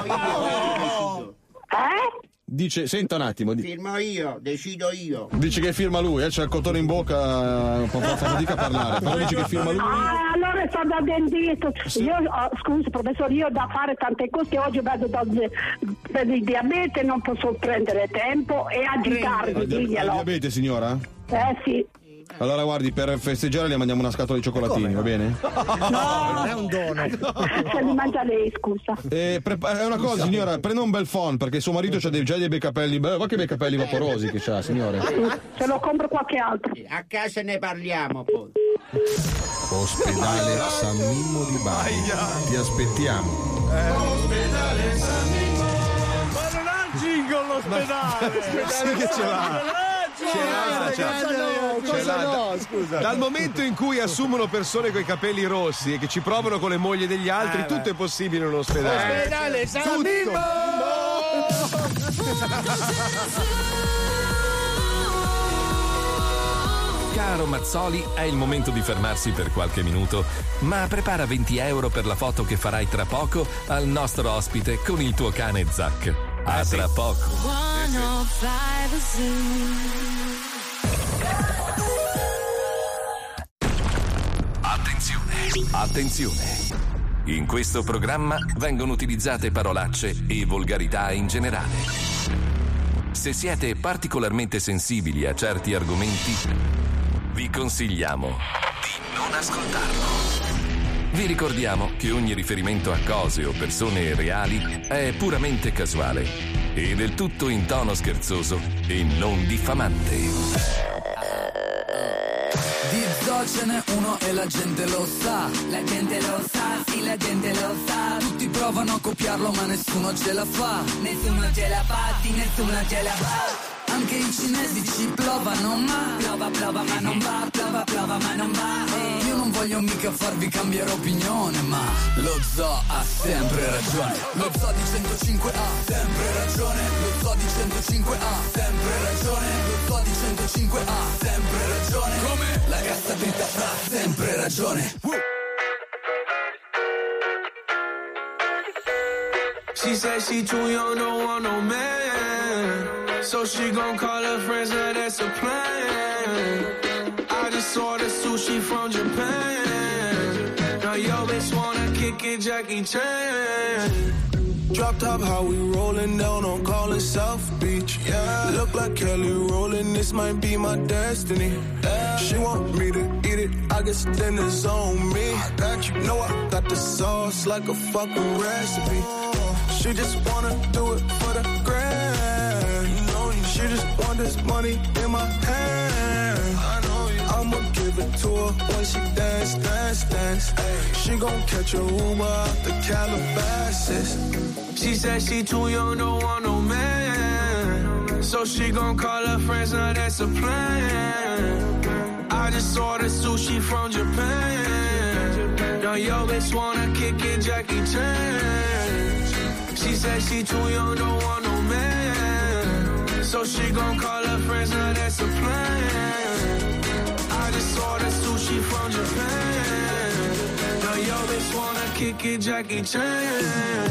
Eh? Dice, senta un attimo, di- Firmo io, decido io. dice che firma lui, eh, c'ha il cotone in bocca, fa, fa fatica a parlare, però dice che firma lui. Ah, allora sta da dentista. Io, oh, scusi professore, io ho da fare tante cose che oggi vado da, per il diabete, non posso prendere tempo e agitarmi, Ha dia- ha diglielo. diabete, signora? Eh sì. Allora guardi, per festeggiare le mandiamo una scatola di cioccolatini, va bene? No, non è un dono. Se li mangia lei, scusa. Eh, prepa- è una cosa, signora, prenda un bel phon perché suo marito ha già dei bei capelli, beh, ma che bei capelli vaporosi che c'ha, signore. Se lo compro qualche altro. A casa ne parliamo poi. Ospedale San Mimmo di Bari. Ti aspettiamo. Ospedale San Mimmo. Ma non ha il jingle l'ospedale! Sì che ce l'ha! Ce l'ha, ce l'ha. Ce l'ha. no, scusa. Dal momento in cui assumono persone con i capelli rossi e che ci provano con le mogli degli altri, Eh, tutto è possibile in un ospedale. Ospedale San Tutto. Mimmo! Caro Mazzoli, è il momento di fermarsi per qualche minuto, ma prepara venti euro per la foto che farai tra poco al nostro ospite con il tuo cane Zac. A tra poco. Attenzione, attenzione. In questo programma vengono utilizzate parolacce e volgarità in generale. Se siete particolarmente sensibili a certi argomenti, vi consigliamo di non ascoltarlo. Vi ricordiamo che ogni riferimento a cose o persone reali è puramente casuale e del tutto in tono scherzoso e non diffamante. Di zoo ce n'è uno e la gente lo sa. La gente lo sa, sì, la gente lo sa. Tutti provano a copiarlo ma nessuno ce la fa. Nessuno ce la fa, sì, nessuno ce la fa. Anche i cinesi ci provano ma Prova, prova ma non va, prova, prova ma non va. eh. Io non non voglio mica farvi cambiare opinione, ma lo zoo ha sempre ragione. Lo zoo di centocinque ha sempre ragione. Lo zoo di centocinque ha sempre ragione. Lo zoo di centocinque ha sempre ragione. Come? La cassa dritta ha sempre ragione. She said she too young, don't want no man. So she gon' call her friends, now that's a plan. I just ordered sushi from Japan. Now yo bitch wanna kick it, Jackie Chan. Drop top, how we rollin' down on Collins South Beach. Yeah, look like Kelly rollin', this might be my destiny. Yeah. She want me to eat it, I guess then it's on me. I got you, know I got the sauce like a fucking recipe. She just wanna do it for the grand. You know you. She just want this money in my hand. I know you. I'ma give it to her when she dance, dance, dance. Ay. She gon' catch a Uber out the Calabasas. She said she too young, don't want no man. So she gon' call her friends, now that's a plan. I just ordered sushi from Japan. Now yo bitch wanna kick it, Jackie Chan. She said she too young, don't want no man. So she gon' call her friends, now that's a plan. I just ordered sushi from Japan. Now yo bitch wanna kick it, Jackie Chan.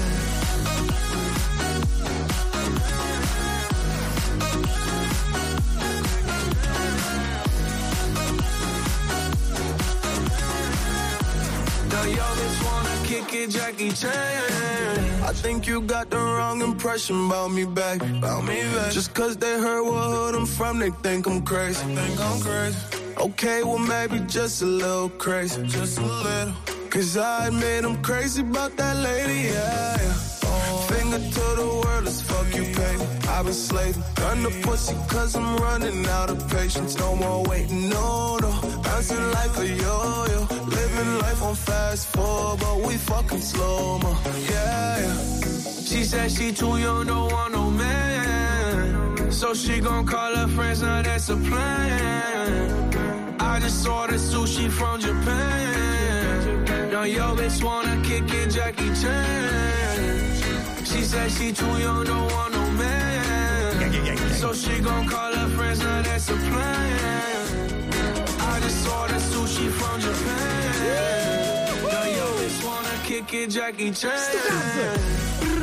Now yo bitch wanna kick it, Jackie Chan. I think you got the wrong impression about me back. About me back. Just cause they heard what hood I'm from, they think I'm crazy. Think I'm crazy. Okay, well maybe just a little crazy. Just a little. Cause I admit I'm crazy about that lady, yeah, yeah. Finger to the world, let's fuck you, baby. I've been slaving, gun the pussy cause I'm running out of patience. No more waiting, no, no. Bouncing like a yo-yo. Living life on fast forward, but we fucking slow-mo, yeah, yeah. She said she too young, don't want no man. So she gon' call her friends, now that's a plan. I just ordered sushi from Japan. Now yo bitch wanna kick it, Jackie Chan. She said she too young, don't want no man. So she gon' call her friends, now that's a plan. I just ordered sushi from Japan. Now yo bitch wanna kick it, Jackie Chan.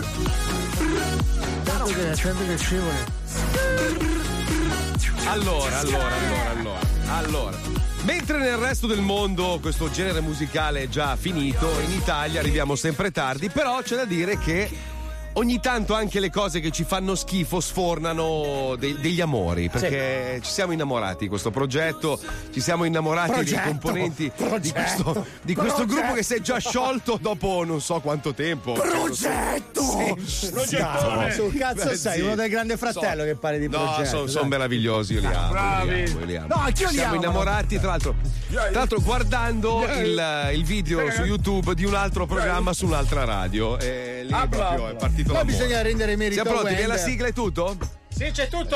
Allora, allora, allora, allora, allora. Mentre nel resto del mondo questo genere musicale è già finito, in Italia arriviamo sempre tardi, però c'è da dire che ogni tanto anche le cose che ci fanno schifo sfornano de- degli amori, perché sì. Ci siamo innamorati di questo progetto, ci siamo innamorati progetto, dei componenti progetto, di questo, di questo gruppo che si è già sciolto dopo non so quanto tempo. Progetto! Sì. Progettone! No, sul cazzo Beh, sei, sì. Uno del Grande Fratello so, che parli di progetto. No, sono son meravigliosi, io li amo. Bravi! Li amo, li amo. No, anch'io li siamo amo. innamorati, tra l'altro, tra l'altro guardando il, il video su YouTube di un altro programma su un'altra radio. E lì ah, proprio è partito l'amore. Bisogna rendere merito. Siamo pronti? Viene la sigla e tutto? Sì, c'è tutto.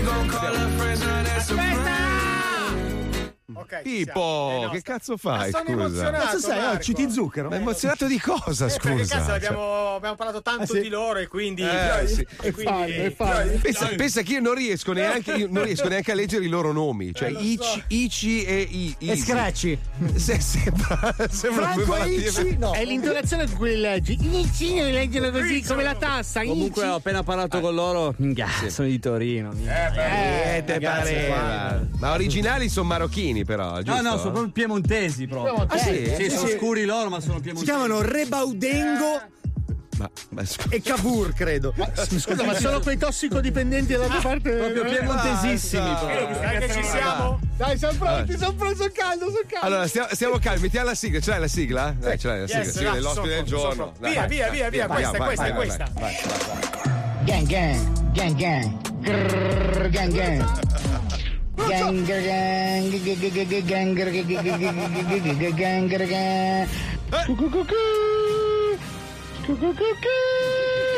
Aspetta! Okay, Pippo, eh no, che cazzo fai? Sono scusa. emozionato. Cazzo sei? Marco. Oh, citi zucchero. Ma emozionato di cosa? Eh, scusa. Perché cazzo abbiamo, abbiamo parlato tanto ah, sì? di loro e quindi. Eh, sì. E quindi è fan, pensa, pensa che io non riesco neanche, io non riesco neanche a leggere i loro nomi. Cioè eh, Ici, so. Ici e I. E Scratchy. Se, sembra sembra due Franco Ici, no. È l'intonazione con cui leggi. Ici leggono così come la tassa. Comunque Ici. ho appena parlato con loro. Minchia, Sì. sono di Torino. Eh, te pareva. Ma originali sono marocchini, però. Giusto? No, no, sono proprio piemontesi proprio. Ah, sì? Sì, sono Sì. scuri loro, ma sono Si piemontesi. chiamano Rebaudengo Ma, ma scusa. e Cavour, credo. Scusa, ma sono quei tossicodipendenti dall'altra parte. Proprio piemontesissimi. Ah, proprio. Dai che ci siamo. Dai, sono pronti, Ah. sono pronti, sono caldo, sono caldo. Allora, stiamo, stiamo calmi, mettiamo la sigla. Ce l'hai la sigla? Dai, ce l'hai la sigla. Yes, sigla là, dell'ospite sono del pronto, giorno. sono pronto. Dai, Via, vai, via, vai, via, via, vai, questa, vai, questa, vai, questa. vai, vai, vai. Gang gang, gang gang, grrr, gang gang. Gang gang, gang gang, gang gang. Cucucucu. Cucucucu.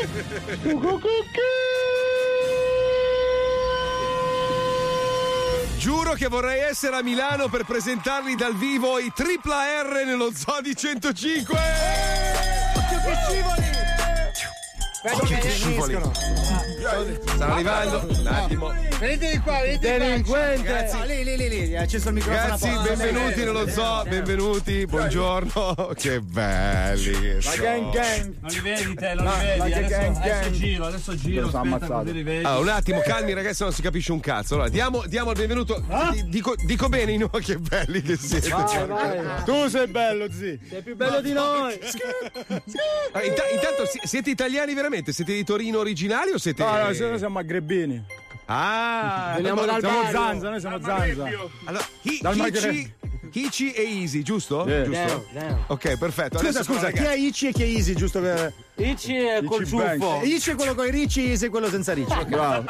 Cucucucu. Giuro che vorrei essere a Milano per presentarli dal vivo i Tripla R nello Zoo di centocinque. Occhio che scivoli! Occhio che scivoli. Stanno arrivando. Un attimo. Venite di qua, venite Delinquente. qua. Ragazzi, lì, lì, lì, lì, ha acceso il microfono. Ragazzi, apposta. benvenuti nello zoo, benvenuti, buongiorno. Che belli che La sono. gang gang. Non li vedi te, non La- li vedi. la Adesso, gang adesso gang. giro, adesso giro. Lo sta Aspetta, ammazzato. così li vedi. Allora, un attimo, calmi ragazzi, non si capisce un cazzo. Allora, diamo, diamo il benvenuto. Di- Dico, dico bene, no? Che belli che siete. Vai, vai. Tu sei bello, zi. Sei più bello di noi. Ah, int- intanto si- siete italiani veramente? Siete di Torino originali o siete. No, no, noi siamo maghrebini. Ah, Veniamo dal siamo siamo Zanza, noi siamo Zanza. Allora, Hi- Dal Hici, Maghreb. Hici e Easy, giusto? Yeah. Giusto? Ok, perfetto. Scusa, Adesso scusa, però, chi è ragazzi, Ici e chi è Easy, giusto per. Ici è col Ici Bank. ciuffo. Ici è quello con i ricci, Easy è quello senza ricci. Ok. Bravo.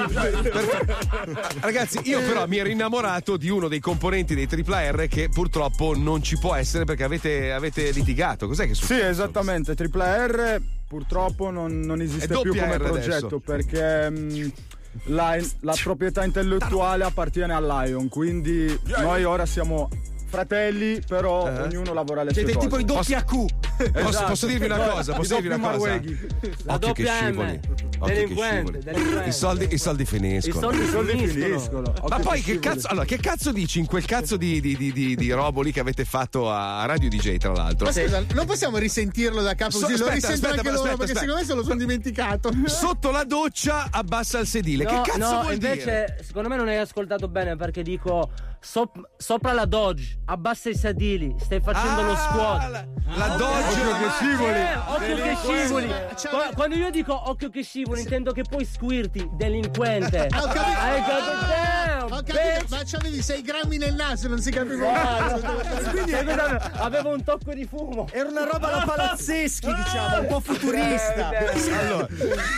Ragazzi, io però mi ero innamorato di uno dei componenti dei Tripla R che purtroppo non ci può essere perché avete, avete litigato. Cos'è che è Sì, successo? esattamente. Tripla R purtroppo non, non È esiste doppia più come R progetto adesso. perché mh, la, la proprietà intellettuale appartiene a Lion, quindi noi ora siamo fratelli, però Eh. ognuno lavora alle Siete sue tipo cose. i doppia Q. Posso, Esatto. posso dirvi una cosa? I Posso dirvi doppi una cosa? Marweghi. La Occhio che doppia scivoli. M. Occhio che Delinquente, scivoli. delinquente. I soldi, i soldi I finiscono. soldi I soldi finiscono. finiscono. Ma Occhio poi che che cazzo, allora, che cazzo dici in quel cazzo di, di, di, di, di robo lì che avete fatto a Radio D J, tra l'altro? Ma scusa, non possiamo risentirlo da capo So- così? Lo aspetta, risentono aspetta, anche loro, aspetta, perché aspetta. secondo me se lo sono dimenticato. Sotto la doccia abbassa il sedile. No, che cazzo no, vuol invece, dire? secondo me non hai ascoltato bene perché dico sop- sopra la Dodge, abbassa i sedili, stai facendo lo squat. La, la Dodge. Occhio che scivoli. Eh, occhio che scivoli. Cioè, Qua- Quando io dico occhio che scivoli, intendo che poi squirti, delinquente. Ho capito. Hai capito? Damn, Ho capito, bitch. ma c'avevi sei grammi nel naso, non si capiva un cazzo. Quindi avevo un tocco di fumo. Era una roba da palazzeschi, diciamo, un po' futurista. Allora,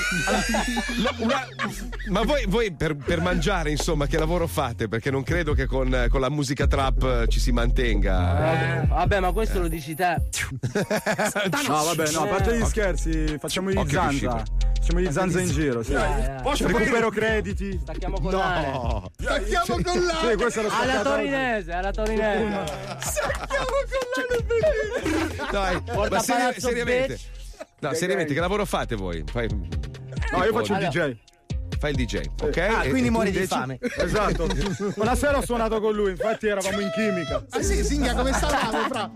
no, una- ma voi, voi per, per mangiare, insomma, che lavoro fate? Perché non credo che con, con la musica trap eh, ci si mantenga. Eh, vabbè, ma questo lo dici te. No, vabbè, no, a parte gli scherzi, facciamo gli Occhio che zanza. scivoli. Facciamo gli zanza in giro, sì. Posso Recupero crediti. Stacchiamo con l'ane. No. Stacchiamo con l'ane. Sì, questo è lo Alla staccato. torinese, alla torinese. Stacchiamo con l'ane. Dai, Porta ma seri- palazzo, seriamente. bitch. No, seriamente, che lavoro fate voi? Fai, No, io faccio il Allora. D J. fai il D J, ok? Ah, E- quindi e tu muori di invece? fame. Esatto. Una sera ho suonato con lui, infatti eravamo in chimica. Ah sì, Singa, come stavamo, fra?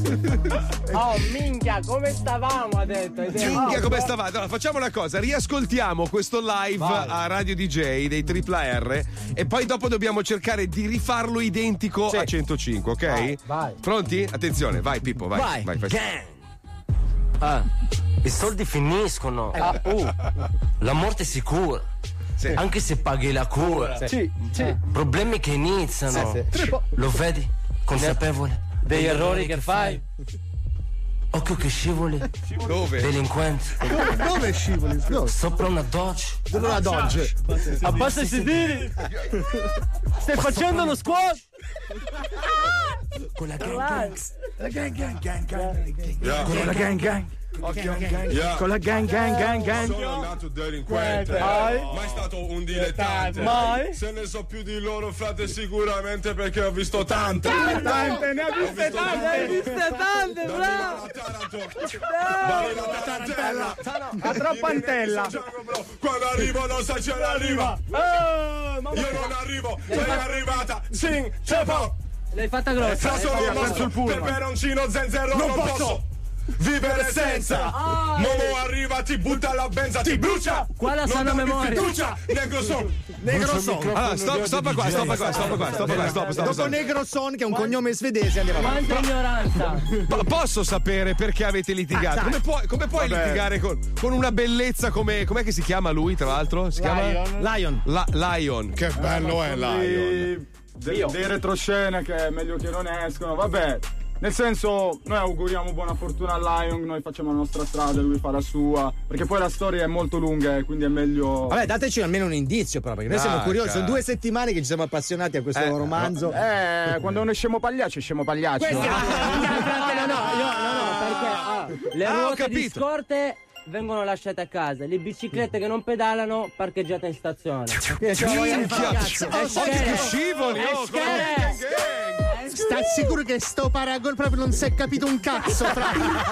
Oh, minchia, come stavamo, ha detto. Hai detto. Minchia Oh, come stavate? Allora, facciamo una cosa, riascoltiamo questo live Vai. a Radio D J dei Tripla R e poi dopo dobbiamo cercare di rifarlo identico Sì. a centocinque, ok? Vai, vai. Pronti? Attenzione, vai Pippo, vai. Vai. fai- Gang! Ah, i soldi finiscono. Ah, uh, la morte è sicura. Sì. Anche se paghi la cura. Sì, sì. Problemi che iniziano. Lo vedi? Consapevole. Degli errori che fai. Occhio che scivoli. Dove? Delinquente. Dove scivoli? Dove? Sopra una Dodge. Dove la Dodge? Abbassa i sedili. Stai facendo lo squat. Con la gang. La gang gang gang gang. Con la gang gang. Con la gang gang gang gang. Sono nato delinquente, Mai. mai stato un dilettante. Mai. Se ne so più di loro, frate, sicuramente perché ho visto tante. Tante, ne ha viste Ne hai viste tante, bravo. Vai la tarantella. A trappantella. Quando arrivo non sai ce l'arriva. Oh, mamma Io mia. non arrivo, sei arrivata. Sing, cepo. L'hai fatta grossa. Fra l'hai solo fatta un grossa. nostro peperoncino zenzero non posso vivere senza. Ah. Momo arriva, ti butta la benza, ti brucia. Qua la Non sana dammi memoria. fiducia. Negro son. Negro Son. Allora, stop, stop qua, stop qua, stop qua, stop qua, stop, stop, Dopo stop. Negro Son, che è un cognome svedese, andiamo avanti. Quanta ignoranza. Po- Posso sapere perché avete litigato? Ah, Come puoi, come puoi Vabbè. litigare con, con una bellezza come. Com'è che si chiama lui, tra l'altro? Si chiama Lion. La- Lion. Che bello è Lion. Dei, de- dei retroscene che è meglio che non escono, vabbè. Nel senso, noi auguriamo buona fortuna a Lion, noi facciamo la nostra strada, lui fa la sua, perché poi la storia è molto lunga e quindi è meglio. Vabbè, dateci almeno un indizio, però, perché noi siamo Ah, curiosi. Sono cazzo. due settimane che ci siamo appassionati a questo Eh, romanzo. Eh, quando uno è scemo pagliaccio, è scemo pagliaccio. No, no, no, io no, no, perché ah, le Ah, ho ruote di capito. scorte vengono lasciate a casa, le biciclette che non pedalano parcheggiate in stazione. Minchia! Occhio che scivoli! Oh, Sta sicuro che sto paragone proprio non si è capito un cazzo fra.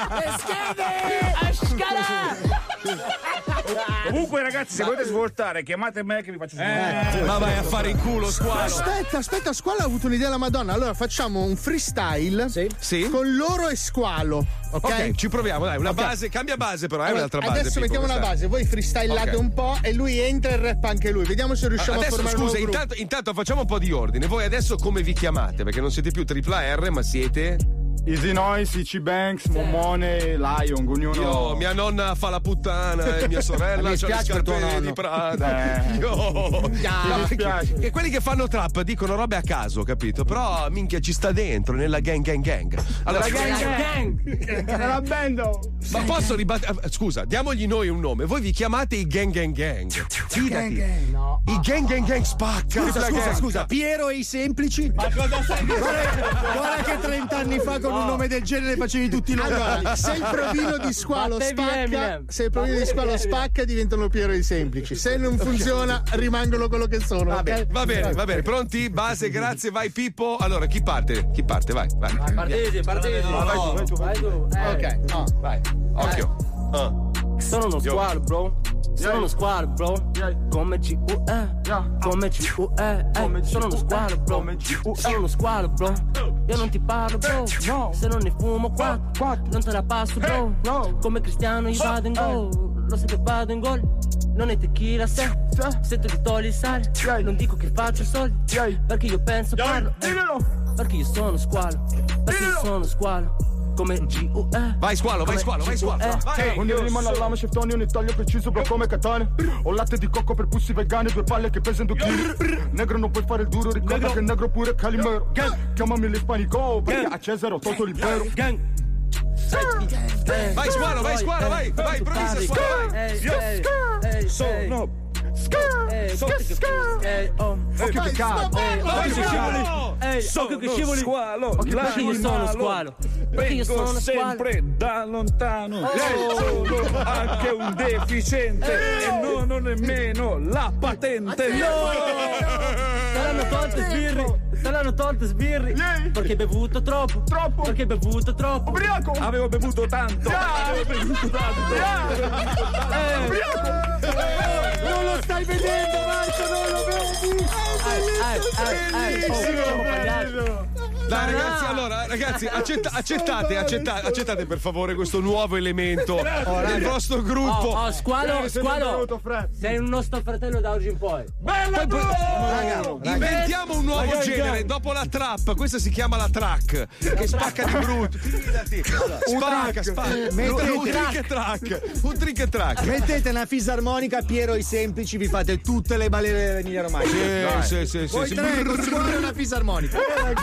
Comunque ragazzi, se volete svoltare chiamate me che vi faccio svoltare. Ma vai a fare in culo, Squalo. Aspetta, aspetta, Squalo ha avuto un'idea la Madonna. Allora facciamo un freestyle Sì. con loro e Squalo. Ok, Ok, ci proviamo, dai, una Ok. base, cambia base però, è Allora, un'altra base. adesso Pippo, mettiamo una questa. base, voi freestylate Ok. un po' e lui entra e rappa anche lui. Vediamo se riusciamo Adesso a formare scusa, un nuovo intanto, intanto facciamo un po' di ordine. Voi adesso come vi chiamate? Perché non siete più tripla R, ma siete. Easy Noise, Ichi Banks, Momone, Lion, ognuno. Io, mia nonna fa la puttana e mia sorella Mi c'ha le dispiace per tuo scarpe nonno. di Prada. Eh. Io. Mi No, dispiace. che, che quelli che fanno trap dicono robe a caso, capito? Però minchia ci sta dentro nella gang gang gang. Allora, La gang Era bendo. ma posso ribattere? Scusa, diamogli noi un nome. Voi vi chiamate i gang gang gang. Fidati. I gang gang gang spacca. Scusa, La scusa, gang. scusa, Piero e i semplici. Ma cosa stai Guarda, guarda che trent'anni fa con un nome del genere facevi tutti noi. Allora, se il provino di Squalo Battevi spacca, Eminem. se il provino di Squalo spacca diventano Piero e i semplici. Se non funziona rimangono quello che sono. Va ok? bene, va bene, va bene. Pronti? Base, grazie, vai Pippo. Allora, chi parte? Chi parte? Vai, vai. Partiti, partiti. Vai tu, vai tu, vai tu. Eh, Ok, oh. Vai. Occhio. Ah. Sono uno squalo, bro. Sono uno squalo, bro. Come G U E. Come G U E. Eh, sono uno squalo, bro. Sono uno squalo, bro. Io non ti parlo, bro. Se non ne fumo quattro, non te la passo, bro. Come Cristiano io vado in gol. Lo sai che vado in gol. Non è tequila se se tu ti togli il sale. Non dico che faccio soldi, perché io penso parlo. eh. Perché io sono squalo. Perché io sono squalo. Come G U E. Vai squalo, vai squalo, vai squalo. Vai. Un rimane alla lama, ceftoni, un taglio preciso, bro, come katane. Ho latte di cocco per pussi vegani, due palle che pesano due chili. Negro non puoi fare il duro, ricorda che negro pure è calimero. Chiamami l'ispanico, perché a Cesare ho tolto l'impero. Vai squalo, vai squalo, vai. Vai, improvvisa squalo, vai. Sono Occhio che cazzo. Vai squalo. Occhio che scivoli. squalo, Perché io sono squalo. Perché io vengo sono squalo. sempre da lontano. Sono anche un deficiente e non ho nemmeno la patente. Te l'hanno tolto sbirri. Te l'hanno tolto sbirri. Perché hai bevuto troppo. Troppo. Perché hai bevuto troppo. Ubriaco. Avevo bevuto tanto. Avevo bevuto tanto. Eh. Non lo stai vedendo, Marco, non lo vedi? Eh, eh, eh, oh, siamo pagliacci. Dai Ma ragazzi, no. allora ragazzi, accetta- accettate, accettate, accettate per favore questo nuovo elemento del vostro gruppo. Oh, oh, squalo, squalo. Sei un nostro fratello da oggi in poi. Poi- poi- raga, inventiamo un nuovo genere dopo la trap, questa si chiama la track che spacca di brutto. Fidati. Spacca, spacca. Mettete Un track. trick track, un trick track. Mettete una fisarmonica, Piero e i semplici, vi fate tutte le balene Emilia Romagna. Sì, sì, sì, sì, Voi sì. tre con squalo e una fisarmonica.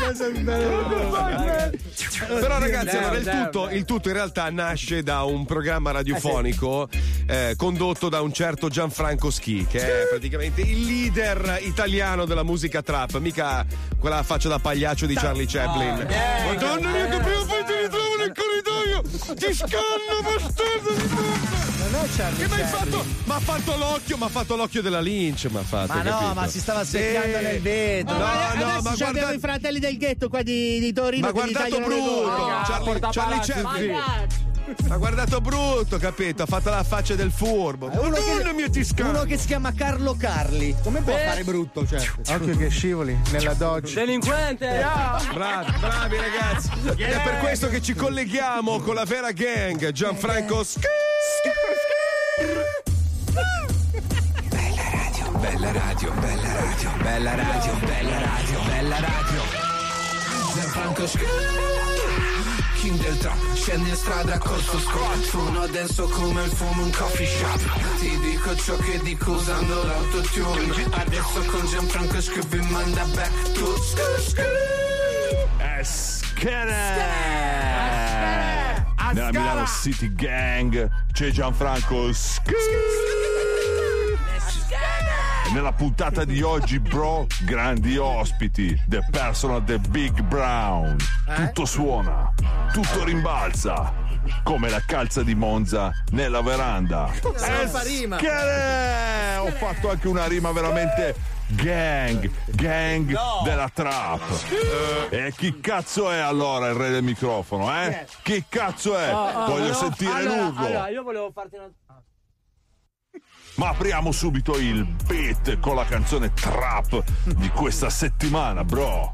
Però ragazzi, allora il Zero, tutto, zero. il tutto in realtà nasce da un programma radiofonico eh, condotto da un certo Gianfranco Schi, che è praticamente il leader italiano della musica trap, mica quella faccia da pagliaccio di Charlie Chaplin. Madonna mia, che prima poi ti ritrovo nel corridoio! Ti scanno, bastardo di merda! Non è Charlie Che mi hai Chaplin. fatto? Mi ha fatto l'occhio, mi ha fatto l'occhio della Lynch, mi ha fatto. Ma no, capito? ma si stava Sì. seccando nel vetro. No, no, Adesso ma abbiamo guarda, i fratelli del ghetto qua di, di Torino. ma che gli guardato tagliano le brutto, gomme. Charlie, Charlie Chaplin. Ha guardato brutto, capito? Ha fatto la faccia del furbo. Uno Madonna che, mia, ti scanno. uno che si chiama Carlo Carli. Come può Eh. fare brutto, cioè? Occhio che scivoli nella Dodge. Delinquente. Bravi, bravi ragazzi. Ed è per questo che ci colleghiamo con la vera gang, Gianfranco Schi. Bella radio, bella radio, bella radio, bella radio, bella radio, bella radio. Gianfranco Schi, King del trap, scendi in strada corso squat. Sono adesso come il fumo un coffee shop. Ti dico ciò che dico usando l'autotune. Adesso con Gianfranco Schi vi manda back to Nella Milano City Gang c'è Gianfranco Schi. E nella puntata di oggi, bro, grandi ospiti, The Personal The Big Brown. Tutto suona, tutto rimbalza. come la calza di Monza nella veranda. Non fa rima. Che ho fatto anche una rima veramente gang, gang No. della trap. E chi cazzo è allora il re del microfono, eh? Chi cazzo è? Oh, oh, Voglio volevo- sentire allora, l'urlo. Allora, io volevo farti una. Ma apriamo subito il beat con la canzone trap di questa settimana, bro.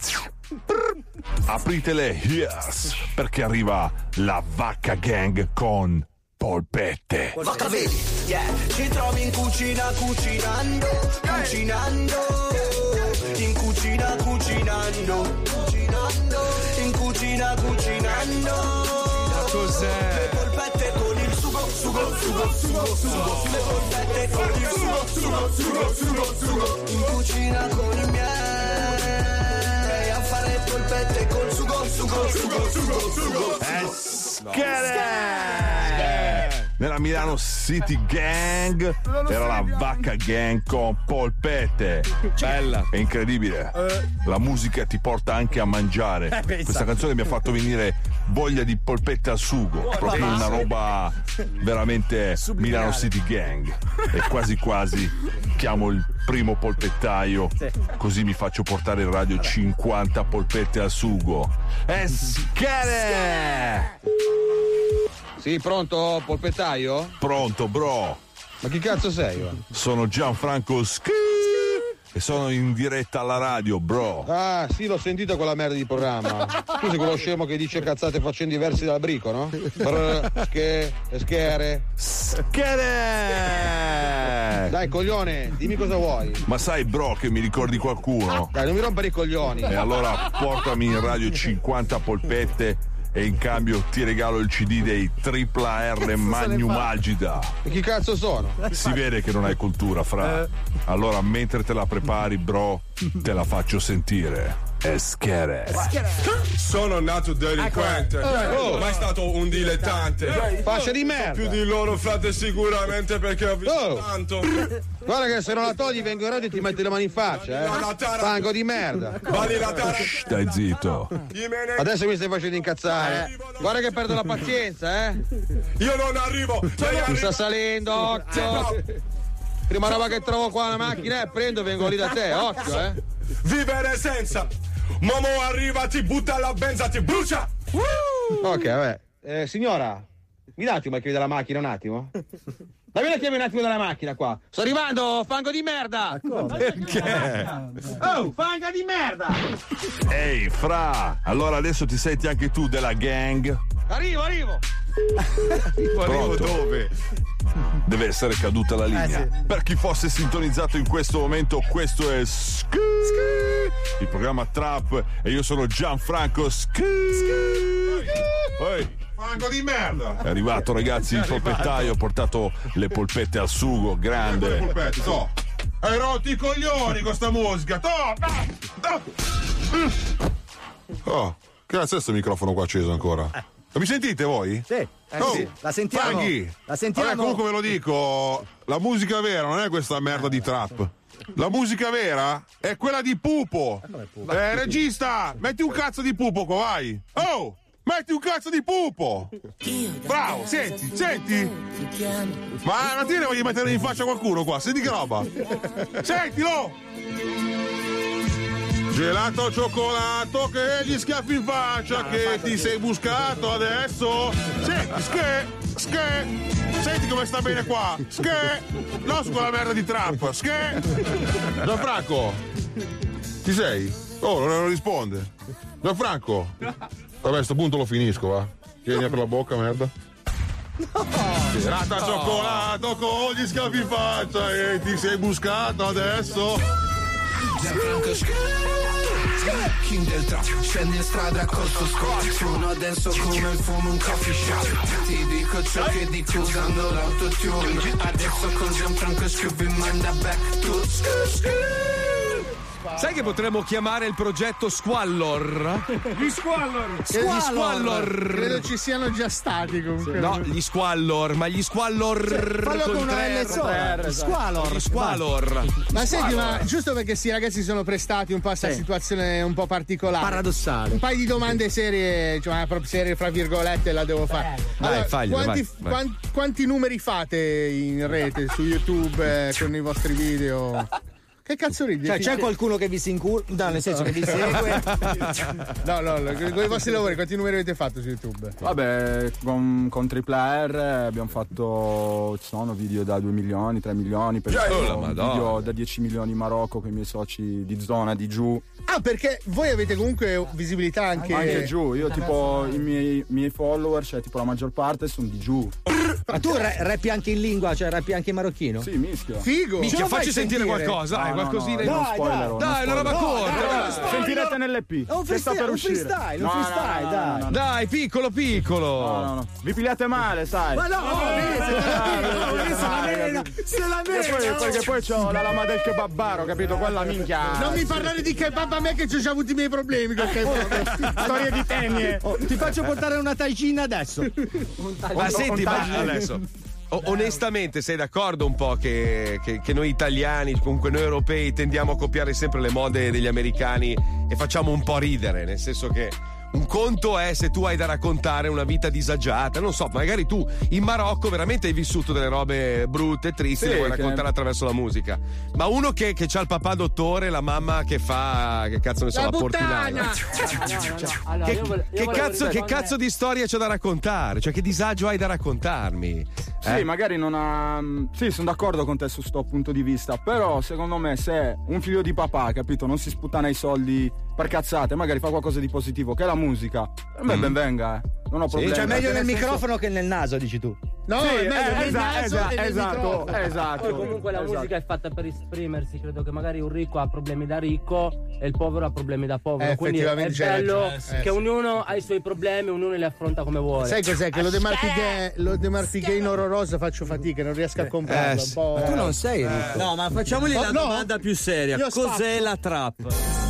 Aprite le ears perché arriva la Vacca Gang con Polpette. Vacca vedi, yeah, ci trovi in cucina cucinando, cucinando, in cucina cucinando, cucinando, in cucina cucinando. Cos'è? Le polpette con il sugo, sugo, sugo, sugo, sugo. Le polpette con il sugo, sugo, sugo, sugo, sugo. In cucina con i miei a fare polpette col sugo, sugo, sugo, sugo, sugo. Schede! Nella Milano City Gang era la Vacca Gang con Polpette. Bella. È incredibile. La musica ti porta anche a mangiare. Eh, Questa esatto. canzone mi ha fatto venire voglia di polpette al sugo. Proprio papà. una roba veramente Subliminale. Milano City Gang. E quasi quasi chiamo il primo polpettaio, così mi faccio portare in radio cinquanta polpette al sugo. E schede! Sì, pronto, polpettaio? Pronto, bro. Ma chi cazzo sei? Va? Sono Gianfranco Ski e sono in diretta alla radio, bro. Ah, sì, l'ho sentito quella merda di programma. Tu sei quello scemo che dice cazzate facendo i versi dal brico, no? Brr, sche, schere. Schede! Dai, coglione, dimmi cosa vuoi. Ma sai, bro, che mi ricordi qualcuno? Dai, non mi rompere i coglioni. E allora portami in radio cinquanta polpette e in cambio ti regalo il C D dei Tripla R Magnum Algida. E chi cazzo sono? Si vede che non hai cultura, fra. Allora, mentre te la prepari, bro, te la faccio sentire. E schere. Sono nato delinquente, Oh. mai stato un dilettante. Fascia di merda. Più di loro, frate, sicuramente perché ho visto Oh. tanto. Guarda che se non la togli vengo in radio e ti metti le mani in faccia, eh. Fango di merda. Vali la tara. Stai zitto. Adesso mi stai facendo incazzare. Guarda che perdo la pazienza, eh. Io non arrivo. Mi sta salendo, occhio. Prima roba che trovo qua alla macchina e prendo e vengo lì da te, occhio, eh. Vivere senza. Momo arriva, ti butta la benza, ti brucia. Ok, vabbè. Eh, signora, mi dà un attimo la chiave della macchina un attimo? Dammi la chiave un attimo della macchina qua. Sto arrivando, fango di merda! Perché? Oh, fanga di merda! Ehi, fra, allora adesso ti senti anche tu della gang? Arrivo, arrivo! Pronto? Dove? Deve essere caduta la linea. Eh, sì. Per chi fosse sintonizzato in questo momento, questo è Ski, il programma Trap, e io sono Gianfranco Ski. Ehi, Fango di merda. è arrivato, ragazzi, il polpettaio, ha portato le polpette al sugo, grande. Polpette, to. Hai rotto i coglioni con sta musica. To, to, to. Oh, cazzo è sto microfono qua acceso ancora? Mi sentite voi? Sì, eh, Oh, sì. La sentiamo. Fanghi. La sentiamo. Vabbè, comunque ve lo dico, la musica vera non è questa merda di trap. La musica vera è quella di Pupo. Eh, regista, metti un cazzo di Pupo qua, vai. Oh, metti un cazzo di Pupo. Bravo, senti, senti. Ma alla fine voglio mettere in faccia qualcuno qua, senti che roba. Sentilo. Gelato cioccolato che gli schiaffi in faccia che ti sei buscato adesso. Senti, sche, sche. Senti come sta bene qua. Sche. Non su quella merda di trap. Sche. Gianfranco. Ci sei? Oh, non, non risponde. Gianfranco. Vabbè, a sto punto lo finisco, va. Tieni per la bocca, merda. Gelato cioccolato con gli schiaffi in faccia e ti sei buscato adesso. Gianfranco King del trap, scendi in strada corso scotch. Sono adesso come il fumo un coffee shop. Ti dico ciò che dico usando l'autotune. Adesso con Gianfranco Scoop vi manda back to school. Sai che potremmo chiamare il progetto Squallor? Gli Squallor. Gli Squallor. Credo ci siano già stati comunque. No, gli Squallor, ma gli Squallor. Fallo con una tre L sola. R. Squallor. Gli Squallor. Ma senti, Squallor. ma giusto perché sti ragazzi sono prestati un po' a questa Sì. situazione un po' particolare. Paradossale. Un paio di domande serie, cioè proprio serie fra virgolette la devo fare. Vai, faglielo, quanti, vai, vai. quan- quanti numeri fate in rete su YouTube eh, con i vostri video? Che cazzo ridi? Cioè, c'è qualcuno che vi si incula? No, nel senso che vi segue. No, no, no, con i vostri lavori quanti numeri avete fatto su YouTube? Vabbè, con, con Tripla R abbiamo fatto, ci sono video da due milioni, tre milioni, per Oh, la esempio, Madonna. video da dieci milioni in Marocco con i miei soci di zona, di giù. Ah, perché voi avete comunque visibilità anche. Anche giù, io tipo i miei, miei follower, cioè tipo la maggior parte sono di giù. Ma tu ra- rappi anche in lingua, cioè rappi anche in marocchino? Sì, mischio. Figo! Minchia, Ce lo fai facci sentire sentire? qualcosa, dai, No, no, qualcosina. no, non Dai, spoilerò, Dai, non una roba spoilerò. corta. dai. Sentirete nell'E P. Un che sta freestyle, per un uscire. freestyle, un No, no, freestyle, no, dai. no, no. Dai, piccolo, piccolo. No, no, no. Vi pigliate male, sai. Ma no, no, vedi, se la mena, no, vedi, se la male, mena, capito? se la mena. E poi, perché poi c'ho la lama del kebabbaro, capito? Quella minchia. Non mi parlare di kebab a me che ci ho già avuto i miei problemi con kebab. Storia di tenie. Oh, ti faccio portare una taicina adesso. Ma senti, ma contagio. adesso. o- onestamente, sei d'accordo un po' che, che- che noi italiani, comunque noi europei, tendiamo a copiare sempre le mode degli americani e facciamo un po' ridere, nel senso che. Un conto è se tu hai da raccontare una vita disagiata, non so, magari tu in Marocco veramente hai vissuto delle robe brutte e tristi, Sì, le vuoi che- raccontare attraverso la musica. Ma uno che, che ha il papà dottore, la mamma che fa, che cazzo ne so, La la, portinaia. puttana! Allora, Che, io vole- io che volevo cazzo, che rispondere- cazzo di storia c'è da raccontare? Cioè, che disagio hai da raccontarmi? Sì, Eh? magari non ha. Sì, sono d'accordo con te su sto punto di vista. Però, secondo me, se un figlio di papà, capito, non si sputtana i soldi per cazzate, magari fa qualcosa di positivo, che è la musica. Per me ben venga, eh. Non ho problemi. Cioè, meglio nel Nel senso- microfono che nel naso, dici tu. No, Sì, è meglio eh, nel esa- naso esa- e nel esatto, microfono. esatto. Poi comunque la esatto. musica è fatta per esprimersi, credo che magari un ricco ha problemi da ricco e il povero ha problemi da povero, Eh, quindi è effettivamente c'hai bello ragione, eh, che sì. ognuno ha i suoi problemi, ognuno li affronta come vuole. Sai cos'è? Che lo De Martighe, lo De Martighe in oro rosa faccio fatica, non riesco a comprarlo. Eh, un po'. Ma tu non sei ricco. No, ma facciamogli Oh, la no. domanda più seria. Io Cos'è spazio. la trap?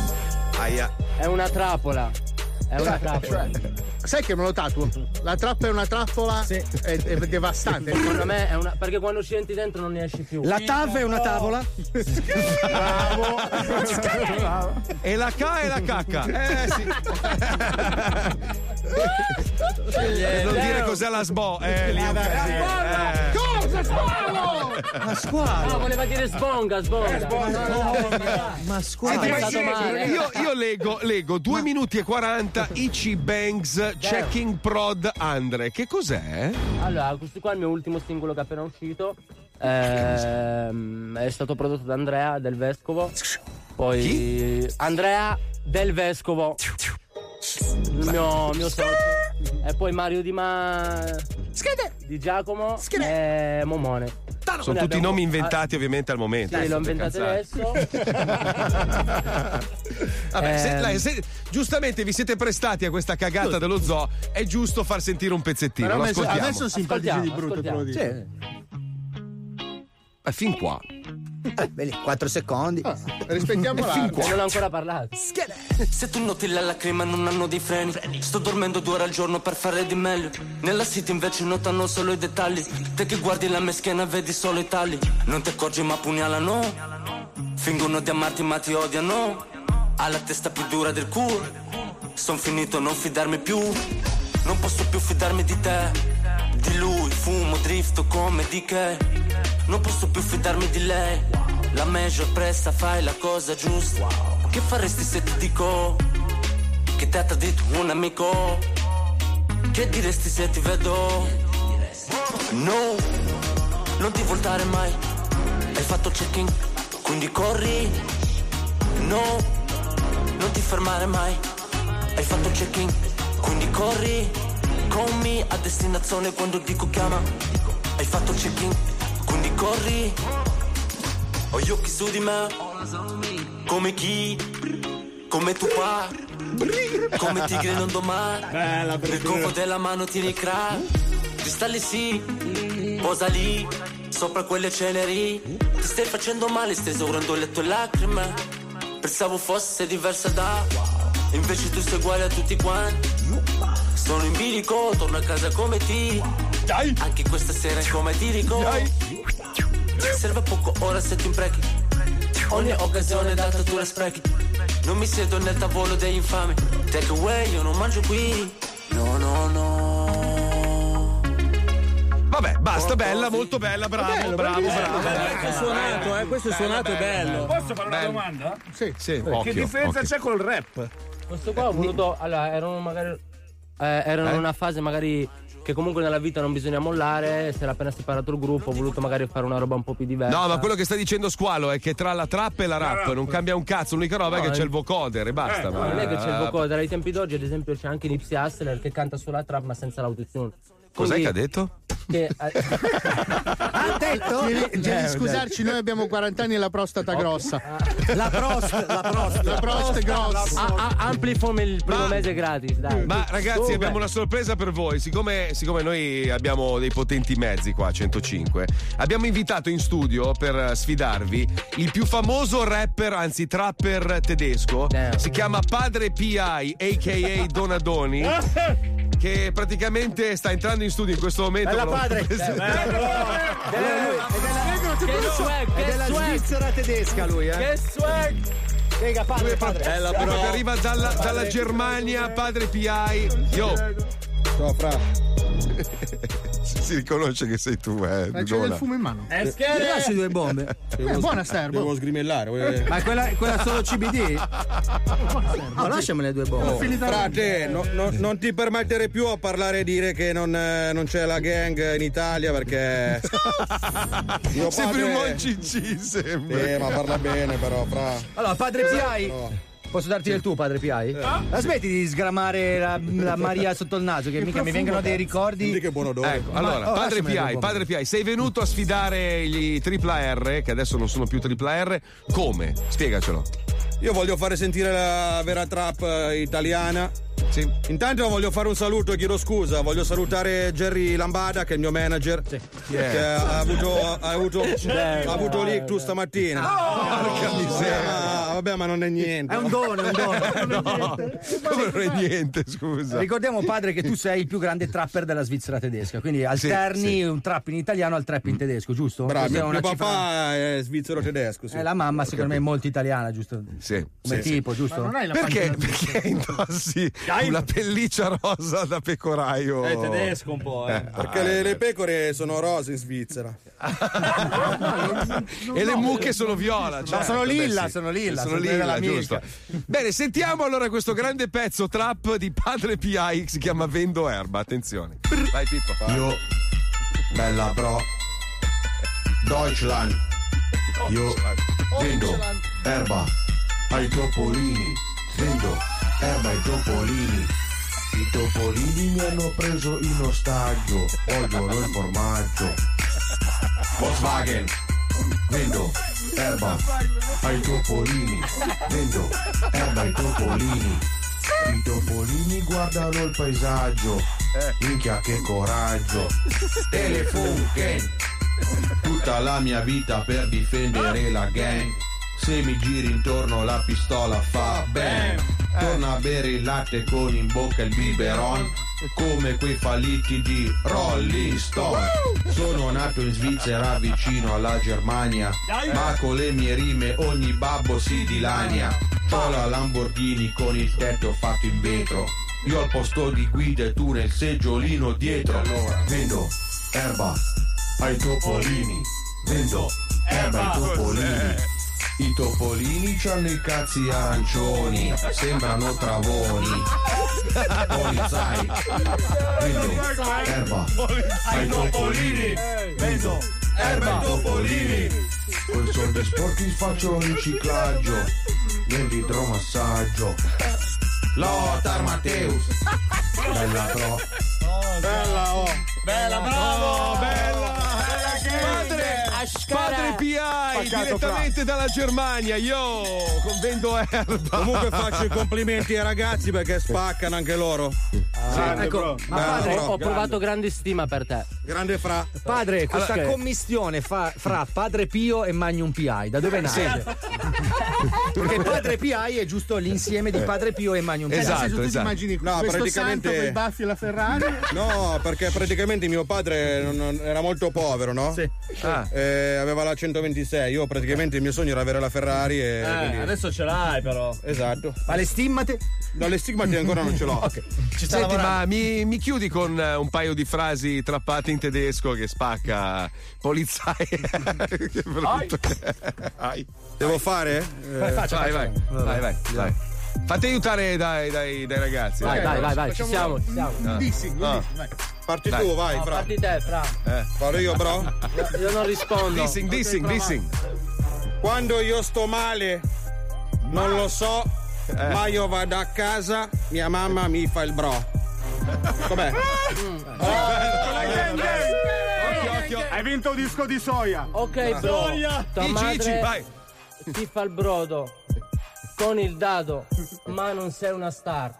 Aia. È una trappola. È una trappola. Sai che me lo tatuo? La trappa è una trappola è, è devastante. Secondo me è una. Perché quando ci entri dentro non ne esci più. La T A V è una tavola? Bravo. E la K e la cacca. Eh sì. Per non dire cos'è la sbo. Eh, lì è un casino. Eh. Cosa squalo? Ma squalo. No, voleva dire sbonga, sbonga. No, no, no, no. Ma squalo. Hai pensato male. Io, io leggo, leggo due minuti e quaranta Ichi Bangs Checking Prod Andre. Che cos'è? Allora, questo qua è il mio ultimo singolo che è appena uscito. Ehm, è stato prodotto da Andrea Del Vescovo. Poi Andrea Del Vescovo, il mio, mio socio. E poi Mario Di Ma di Giacomo e Momone. Sono Quindi tutti abbiamo- nomi inventati ovviamente al momento. Sì, eh, l'ho sto inventato cazzate. adesso. Vabbè, se- Ehm. dai, se- giustamente vi siete prestati a questa cagata dello zoo, è giusto far sentire un pezzettino. Però Lo a me, a ascoltiamo. me sono simpatici di brutto, te lo dico. Sì. Eh, fin qua. Eh, vedi, quattro secondi. Ah, rispettiamo la. E non ho ancora parlato. Se tu noti la lacrima non hanno dei freni. Sto dormendo due ore al giorno per fare di meglio. Nella city invece notano solo i dettagli. Te che guardi la mia schiena vedi solo i tagli. Non ti accorgi ma pugnalano. Fingono di amarti ma ti odiano. Ha la testa più dura del culo. Son finito a non fidarmi più. Non posso più fidarmi di te. Di lui, fumo, drifto come di che. Non posso più fidarmi di lei. La major pressa, fai la cosa giusta. Che faresti se ti dico che ti ha tradito un amico? Che diresti se ti vedo? No, non ti voltare mai. Hai fatto check-in, quindi corri. No, non ti fermare mai. Hai fatto check-in, quindi corri. Con me a destinazione quando dico chiama. Hai fatto check-in, quindi corri. Ho gli occhi su di me. Come chi? Come tu pa. Come tigre non domani. Nel colpo della mano tieni crack. Cristalli sì, posa lì. Sopra quelle ceneri. Ti stai facendo male, stai esaurendo le tue lacrime. Pensavo fosse diversa da, invece tu sei uguale a tutti quanti. Sono in bilico, torno a casa come ti. Anche questa sera è come ti dico. Serve poco ora se ti imprechi. Ogni occasione data tu la sprechi. Non mi siedo nel tavolo degli infami. Take away, io non mangio qui. No, no, no. Vabbè, basta, bella, molto bella, bravo, bello, bravo, bello, bravo. bello. bravo. Questo suonato, eh, questo suonato è bello. Posso fare una Bello. domanda? Sì. Sì, che occhio, differenza occhio. c'è col rap? Questo qua ho voluto. Allora, erano magari. Eh, erano Eh? in una fase magari che comunque nella vita non bisogna mollare. Si era appena separato il gruppo, ho voluto magari fare una roba un po' più diversa. No, ma quello che sta dicendo Squalo è che tra la trap e la rap non cambia un cazzo, l'unica roba è No, che c'è eh. il vocoder e basta. No, ma- non è che c'è il vocoder, ai tempi d'oggi ad esempio c'è anche Nipsey Hussle che canta solo la trap ma senza l'autotune. Cos'è Quindi- che ha detto? Che, eh, Ha detto? Devi, devi scusarci, noi abbiamo quaranta anni e la prostata grossa. La prost, la prost. La prost grossa. a- a- Amplifon il primo Ma- mese gratis, dai. Ma ragazzi, Comunque- abbiamo una sorpresa per voi. Siccome, siccome noi abbiamo dei potenti mezzi qua, centocinque, abbiamo invitato in studio per sfidarvi il più famoso rapper, anzi trapper tedesco. Si chiama Padre P I, a k a. Donadoni. Che praticamente sta entrando in studio in questo momento. Bella ve lo- padre. Che swag, È che della swag. Svizzera tedesca lui, eh. Che swag. Spiega, padre, padre. Bella, però. Arriva dalla, dalla Germania, Padre P I. Yo. Ciao, fra. Si riconosce che sei tu, eh. Eh, c'è del fumo in mano. Eh, Ti lasci due bombe? Eh, buona sterbo. Devo sgrimellare. vuoi- Ma quella, quella solo C B D? No, lasciami le due bombe. Oh, frate, no- no- non ti permettere più a parlare e dire che non, eh, non c'è la gang in Italia perché. Mio Sembri un padre- buon C C, sembra. Eh, ma parla bene, però, fra. Allora, padre P I. No. Posso darti del tuo, padre P I? La smetti di sgramare la, la Maria sotto il naso, che mica mi vengono dei ricordi. Quindi che buon odore. Ecco, allora, Ma- oh, padre P lasciami le I, bombe. padre P I, sei venuto a sfidare gli tripla R, che adesso non sono più tripla R, come? Spiegacelo. Io voglio fare sentire la vera trap eh, italiana. Sì. Intanto voglio fare un saluto e chiedo scusa. Voglio salutare Jerry Lambada, che è il mio manager. Che ha avuto, ha avuto, ha avuto l'ictus stamattina. Porca miseria. Ma, vabbè, ma non è niente. È un dono, è un dono. No, come non è niente, scusa. Ricordiamo, padre, che tu sei il più grande trapper della Svizzera tedesca, quindi alterni sì. un trap in italiano al trap in tedesco, giusto? Bravo, Questa è mio, una mio cifra- papà è svizzero tedesco. Sì. Eh, la mamma, secondo me, è molto italiana, giusto? Sì. Come sì, tipo, sì. giusto? Ma non hai la Perché, pagina- perché indossi una pelliccia rosa da pecoraio? È tedesco un po', eh. Perché le, le pecore sono rose in Svizzera. E le mucche sono viola. certo, sono beh, lilla, sì. sono lilla, Sono sono quelle della lilla, giusto. Bene, sentiamo allora questo grande pezzo trap di Padre P I che si chiama Vendo Erba. Attenzione. Vai Pippo. Io, bella bro, Deutschland, io vendo erba ai topolini, vendo erba ai topolini. I topolini mi hanno preso in ostaggio, vogliono il formaggio. Volkswagen, vendo erba ai topolini, vendo erba ai topolini. I topolini guardano il paesaggio, minchia che coraggio. Telefunken, tutta la mia vita per difendere la gang. Se mi giri intorno la pistola fa bang. Torna a bere il latte con in bocca il biberon, come quei falliti di Rolling Stone. Sono nato in Svizzera vicino alla Germania, ma con le mie rime ogni babbo si dilania. C'ho la Lamborghini con il tetto fatto in vetro, io al posto di guida e tu nel seggiolino dietro. Vendo erba ai topolini, vendo erba ai topolini. I topolini c'hanno i cazzi arancioni, sembrano travoni. Polizai, vendo erba ai topolini, vendo erba ai topolini. Con soldi sporchi faccio riciclaggio nell'idromassaggio. Lothar Matthäus, bella pro, Bella, oh. Bella, bravo, bella. Padre, padre P I, spaccato direttamente dalla Germania, io con Vendo Erba. Comunque faccio i complimenti ai ragazzi perché spaccano anche loro. Ah, ecco, ma padre, ho, ho grande. provato grande stima per te. Grande Fra. Padre, questa Allora, commistione fa, fra Padre Pio e Magnum P I, da dove nasce? Perché Padre P I è giusto l'insieme di Padre Pio e Magnum P I. Esatto, Se tu ti esatto. immagini No, questo praticamente- santo con i baffi e la Ferrari? No, perché praticamente mio padre non- non- era molto povero, no? Sì. Ah. Eh, aveva la centoventisei. Io praticamente il mio sogno era avere la Ferrari e. quindi- Eh, adesso ce l'hai però. Esatto. Ma le stimmate? No, le stigmate ancora non ce l'ho. Ok. Ci sta Senti, lavorando. ma mi, mi chiudi con eh, un paio di frasi trappate in tedesco che spacca polizia. Che brutto. Ai. Devo fare? Eh, Vai, faccia, vai, faccia. vai, vai, vai, vai. Fate aiutare dai, dai, dai ragazzi. Vai, dai. vai, vai, vai, ci siamo, ci siamo. Un dissing, un Ah. dissing, vai. Parti Dai. tu, vai, No, Fra. parti te, Fra. Eh. Parlo io, bro. Io, io non rispondo. Dissing, dissing, dissing. Quando io sto male, non lo so, Eh. ma io vado a casa, mia mamma mi fa il bro. Com'è? Occhio, occhio. Hai vinto un disco di soia. Ok, bro. Tua Dici, madre dici, vai. ti fa il brodo con il dado, ma non sei una star.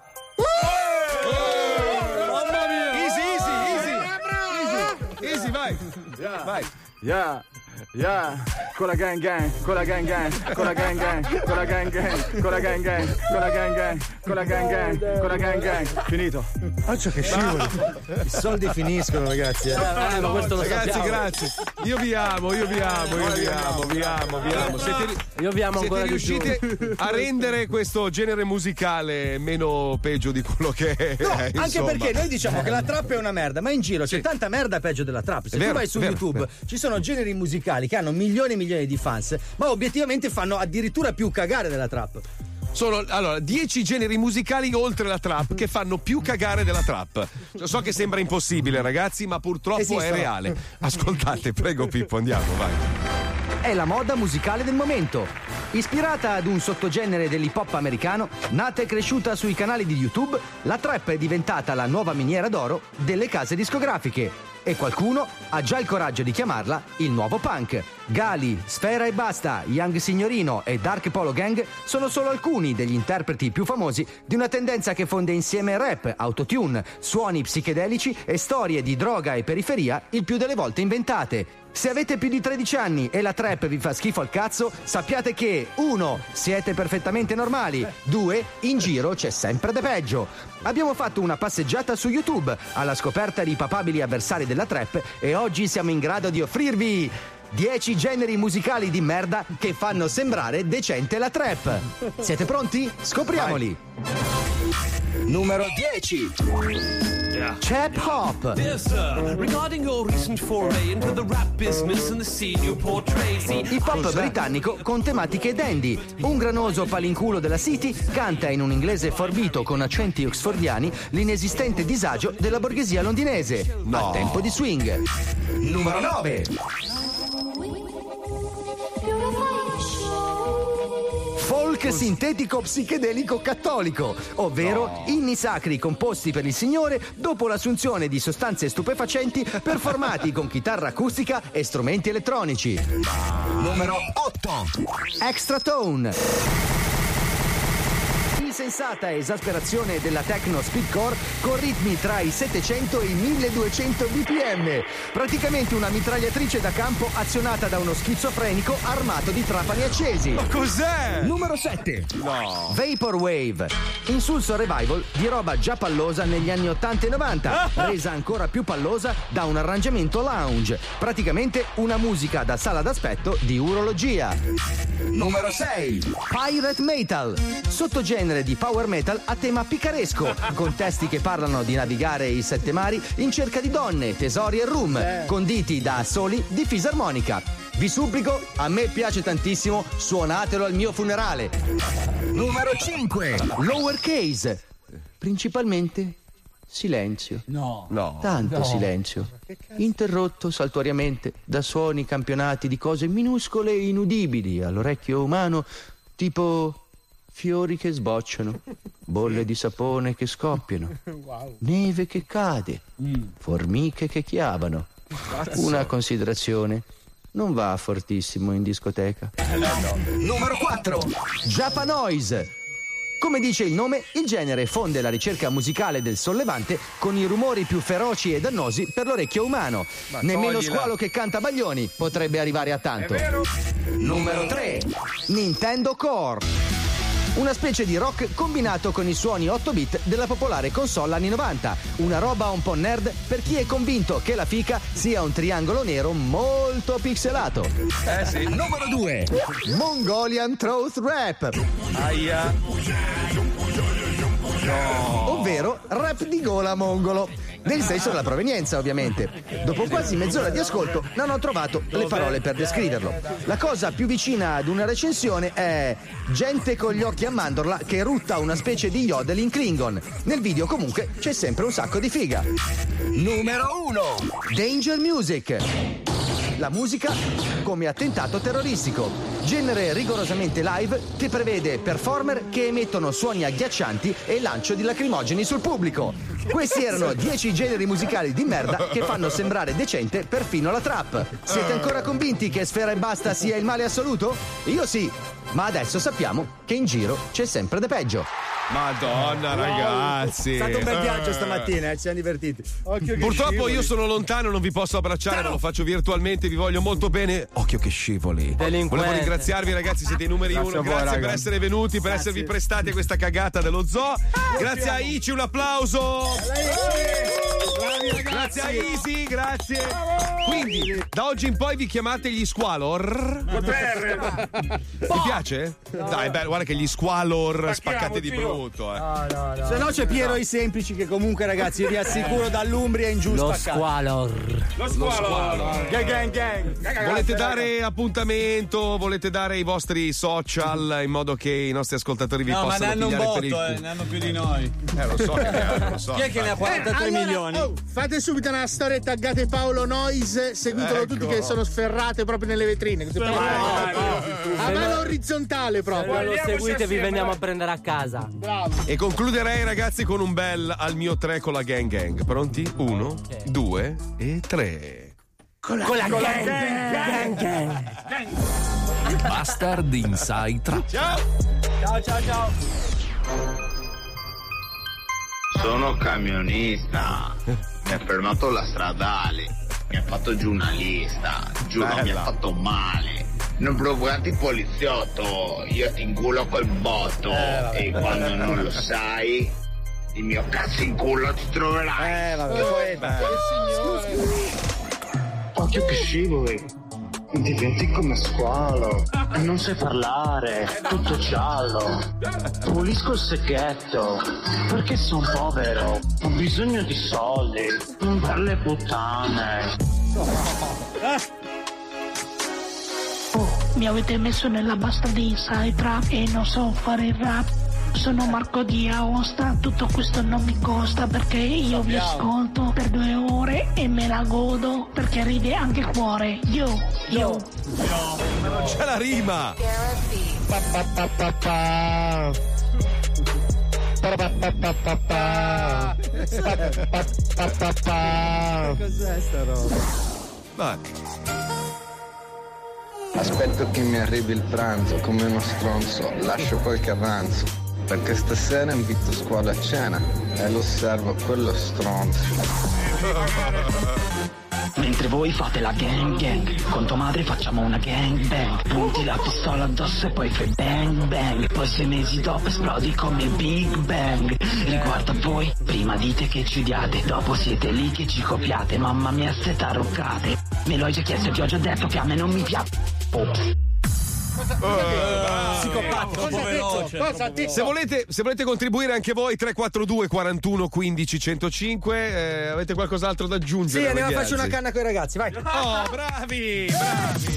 Mamma mia. Easy, easy, easy. Easy, easy, vai. Vai. Yeah, yeah, con la gang gang, con la gang gang, con la gang gang, con la gang gang, con la gang gang, con la gang gang, con la gang gang, con la gang gang. Finito. Faccio che scivoli. I soldi finiscono, ragazzi. Eh. Eh, ma questo lo Ragazzi, sappiamo. grazie. Io vi amo, io vi amo, io vi amo, vi amo, vi amo. Siete, Io vi amo siete ancora di più. riusciti a rendere questo genere musicale meno peggio di quello che è. No, anche insomma. perché noi diciamo che la trap è una merda, ma in giro c'è tanta merda peggio della trap. Se È tu vero, vai su vero, YouTube vero. ci sono generi musicali che hanno milioni e milioni di fans, ma obiettivamente fanno addirittura più cagare della trap. Sono allora dieci generi musicali oltre la trap che fanno più cagare della trap. So che sembra impossibile, ragazzi, ma purtroppo Esistono. è reale. Ascoltate, prego Pippo, andiamo, vai. È la moda musicale del momento. Ispirata ad un sottogenere dell'hip hop americano, nata e cresciuta sui canali di YouTube, la trap è diventata la nuova miniera d'oro delle case discografiche. E qualcuno ha già il coraggio di chiamarla il nuovo punk. Gali, Sfera e Basta, Young Signorino e Dark Polo Gang sono solo alcuni degli interpreti più famosi di una tendenza che fonde insieme rap, autotune, suoni psichedelici e storie di droga e periferia il più delle volte inventate. Se avete più di tredici anni e la trap vi fa schifo al cazzo, sappiate che uno Siete perfettamente normali, due In giro c'è sempre de peggio. Abbiamo fatto una passeggiata su YouTube alla scoperta di papabili avversari della trap e oggi siamo in grado di offrirvi dieci generi musicali di merda che fanno sembrare decente la trap. Siete pronti? Scopriamoli. Numero dieci. Chap Hop. Dear sir, regarding your recent foray into the rap business and the scene you portray, see, Hip hop britannico con tematiche dandy. Un granoso palinculo della City canta in un inglese forbito con accenti oxfordiani l'inesistente disagio della borghesia londinese. No. Al tempo di swing. Numero nove. Folk sintetico psichedelico cattolico, ovvero inni sacri composti per il Signore dopo l'assunzione di sostanze stupefacenti performati con chitarra acustica e strumenti elettronici. Numero otto. Extra Tone. Insensata esasperazione della techno speedcore con ritmi tra i settecento e i milleduecento B P M. Praticamente una mitragliatrice da campo azionata da uno schizofrenico armato di trapani accesi. Ma cos'è? Numero sette. No. Vaporwave. Insulso revival di roba già pallosa negli anni ottanta e novanta, resa ancora più pallosa da un arrangiamento lounge. Praticamente una musica da sala d'aspetto di urologia. Numero sei. Pirate Metal. Sottogenere di power metal a tema picaresco, con testi che parlano di navigare i sette mari in cerca di donne, tesori e rum, conditi da assoli di fisarmonica. Vi supplico, a me piace tantissimo, suonatelo al mio funerale. Numero cinque. Lowercase. Principalmente silenzio. No. No. Tanto No. silenzio. Interrotto saltuariamente da suoni campionati di cose minuscole e inudibili all'orecchio umano, tipo fiori che sbocciano, bolle di sapone che scoppiano, neve che cade, formiche che chiavano. Una considerazione. non va fortissimo in discoteca. Numero quattro. Japanoise. Come dice il nome, il genere fonde la ricerca musicale del sollevante con i rumori più feroci e dannosi per l'orecchio umano. Ma Nemmeno toglila. squalo che canta Baglioni potrebbe arrivare a tanto. Numero tre. Nintendo Core. Una specie di rock combinato con i suoni otto bit della popolare console anni novanta. Una roba un po' nerd per chi è convinto che la fica sia un triangolo nero molto pixelato. Eh sì. Numero due. Mongolian Throat Rap. Aia. No. Ovvero rap di gola mongolo. Nel senso della provenienza, ovviamente. Dopo quasi mezz'ora di ascolto non ho trovato le parole per descriverlo. La cosa più vicina ad una recensione è gente con gli occhi a mandorla che rutta una specie di yodel in Klingon. Nel video comunque c'è sempre un sacco di figa. Numero uno. Danger Music. La musica come attentato terroristico. Genere rigorosamente live che prevede performer che emettono suoni agghiaccianti e lancio di lacrimogeni sul pubblico. Questi erano dieci generi musicali di merda che fanno sembrare decente perfino la trap. Siete ancora convinti che Sfera e Basta sia il male assoluto? Io sì, ma adesso sappiamo che in giro c'è sempre de peggio. Madonna, ragazzi. È stato un bel viaggio stamattina, eh, ci siamo divertiti. Purtroppo io sono lontano, non vi posso abbracciare, ma lo faccio virtualmente, vi voglio molto bene. Occhio che scivoli. Delinquente. Volevo ringraziarvi, ragazzi, siete i numeri Grazie uno. a voi, Grazie raga. per essere venuti, per Grazie. esservi prestati a questa cagata dello zoo. Grazie a Ici, un applauso. Grazie a Easy, grazie. Quindi, da oggi in poi vi chiamate gli Squalor. Ti piace? Dai, bello, guarda che gli Squalor spaccate di brutto, eh. Se no c'è Piero i Semplici che comunque, ragazzi, vi assicuro dall'Umbria in giù Lo spaccato. squalor. Lo squalo. Gang, gang, gang. Volete dare appuntamento? Volete dare i vostri social in modo che i nostri ascoltatori vi No, ma possano ne hanno un pigliare per il botto, culo? eh, ne hanno più di noi. Eh, lo so che ne hanno, lo so. Chi è che ne ha quarantatré allora, milioni? oh, fate subito una storia e taggate Paolo Noise, seguitelo Ecco. tutti che sono sferrate proprio nelle vetrine. Così proprio- a mano orizzontale Se proprio. non lo seguite vi veniamo a prendere a casa. Bravo. E concluderei, ragazzi, con un bel al mio tre con la gang gang. Pronti? Uno, due e tre. Con la, con la gang, gang, gang, gang. Bastard Inside Trap. Ciao. Ciao, ciao, ciao. Sono camionista, mi ha fermato la stradale, mi ha fatto giù una lista, giuro Bella. mi ha fatto male. Non provocati poliziotto, io ti inculo col botto e quando non lo sai, il mio cazzo in culo ti troverai. Eh, vabbè. Occhio che scivoli, diventi come squalo, non sai parlare, tutto giallo. Pulisco il secchetto, perché son povero, ho bisogno di soldi, per le puttane. Mi avete messo nella Bastard Inside Trap e non so fare il rap. Sono Marco di Aosta, tutto questo non mi costa perché io vi ascolto per due ore e me la godo perché ride anche il cuore. Yo, yo. Ma non c'è la rima. Pa, pa, pa, pa, pa. Pa, pa, pa, pa, pa, pa. Pa, pa, pa, pa, pa. Cos'è sta roba? Vai. Aspetto che mi arrivi il pranzo come uno stronzo, lascio qualche avanzo, perché stasera invito squadra a cena e lo osservo quello stronzo. Mentre voi fate la gang gang, con tua madre facciamo una gang bang. Punti la pistola addosso e poi fai bang bang. Poi sei mesi dopo esplodi come Big Bang. Riguardo a voi, prima dite che ci odiate, dopo siete lì che ci copiate. Mamma mia ste taroccate, me l'ho già chiesto e ti ho già detto che a me non mi piace. Ops. Psicopatico, veloce. Cosa ha detto? Se volete, se volete contribuire anche voi, tre quattro due quarantuno quindici centocinque, eh, avete qualcos'altro da aggiungere? Sì, andiamo a ragazzi? farci una canna con i ragazzi, vai. Oh, bravi, bravi.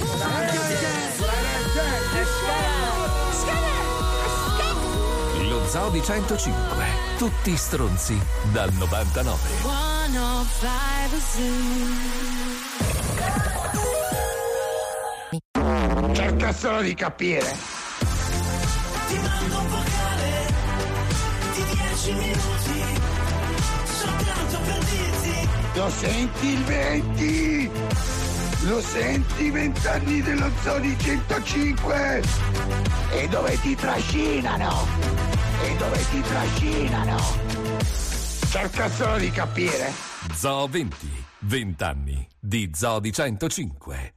Lo Zoo di centocinque. Tutti stronzi dal novantanove. Cerca solo di capire. Ti mando un vocale di dieci minuti, soltanto per dirti. Lo senti il venti? Lo senti, vent'anni dello Zoni centocinque? E dove ti trascinano? E dove ti trascinano? Cerca solo di capire. Zoo venti, vent'anni di Zoo di centocinque.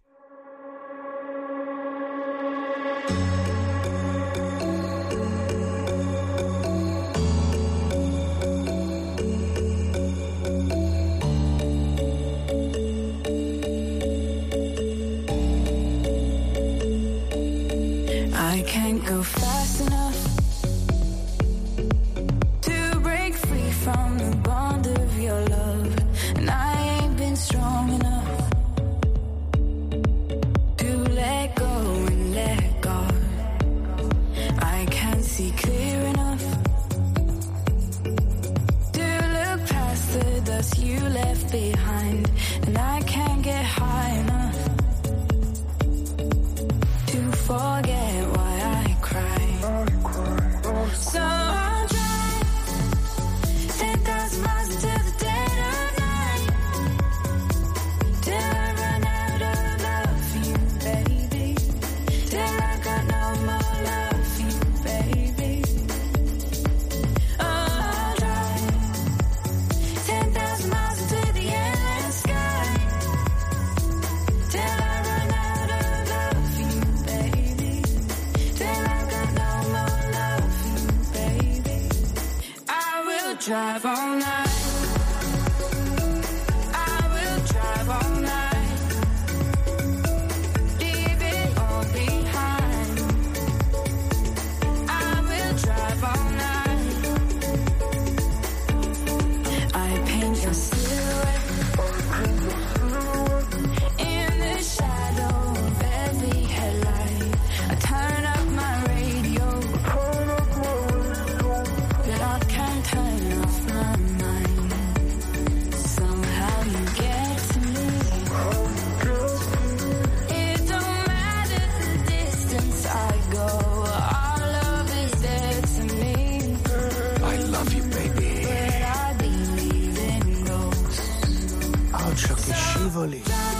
I can't go fast enough to break free from the bond of your love, and I ain't been strong enough to let go and let God. I can't see clear enough to look past the dust you left behind, and I can't get high enough to forget why I cry. So I'll drive ten thousand miles into the dead of night till I run out of love for you, baby. Till I got no more love for you, baby. Oh, I'll drive ten thousand miles into the endless sky till I run out of love for you, baby. Till I got no more love for you, baby. I will drive all night. I will drive all night. Leave it all behind. I will drive all night. I paint your silhouette in the shadow of every headlight. I turn up my radio, but I can't turn off my mind. Somehow you get to me. It don't matter the distance I go, our love is there to me. I love you, baby. But I believe in ghosts. Occhio che scivoli.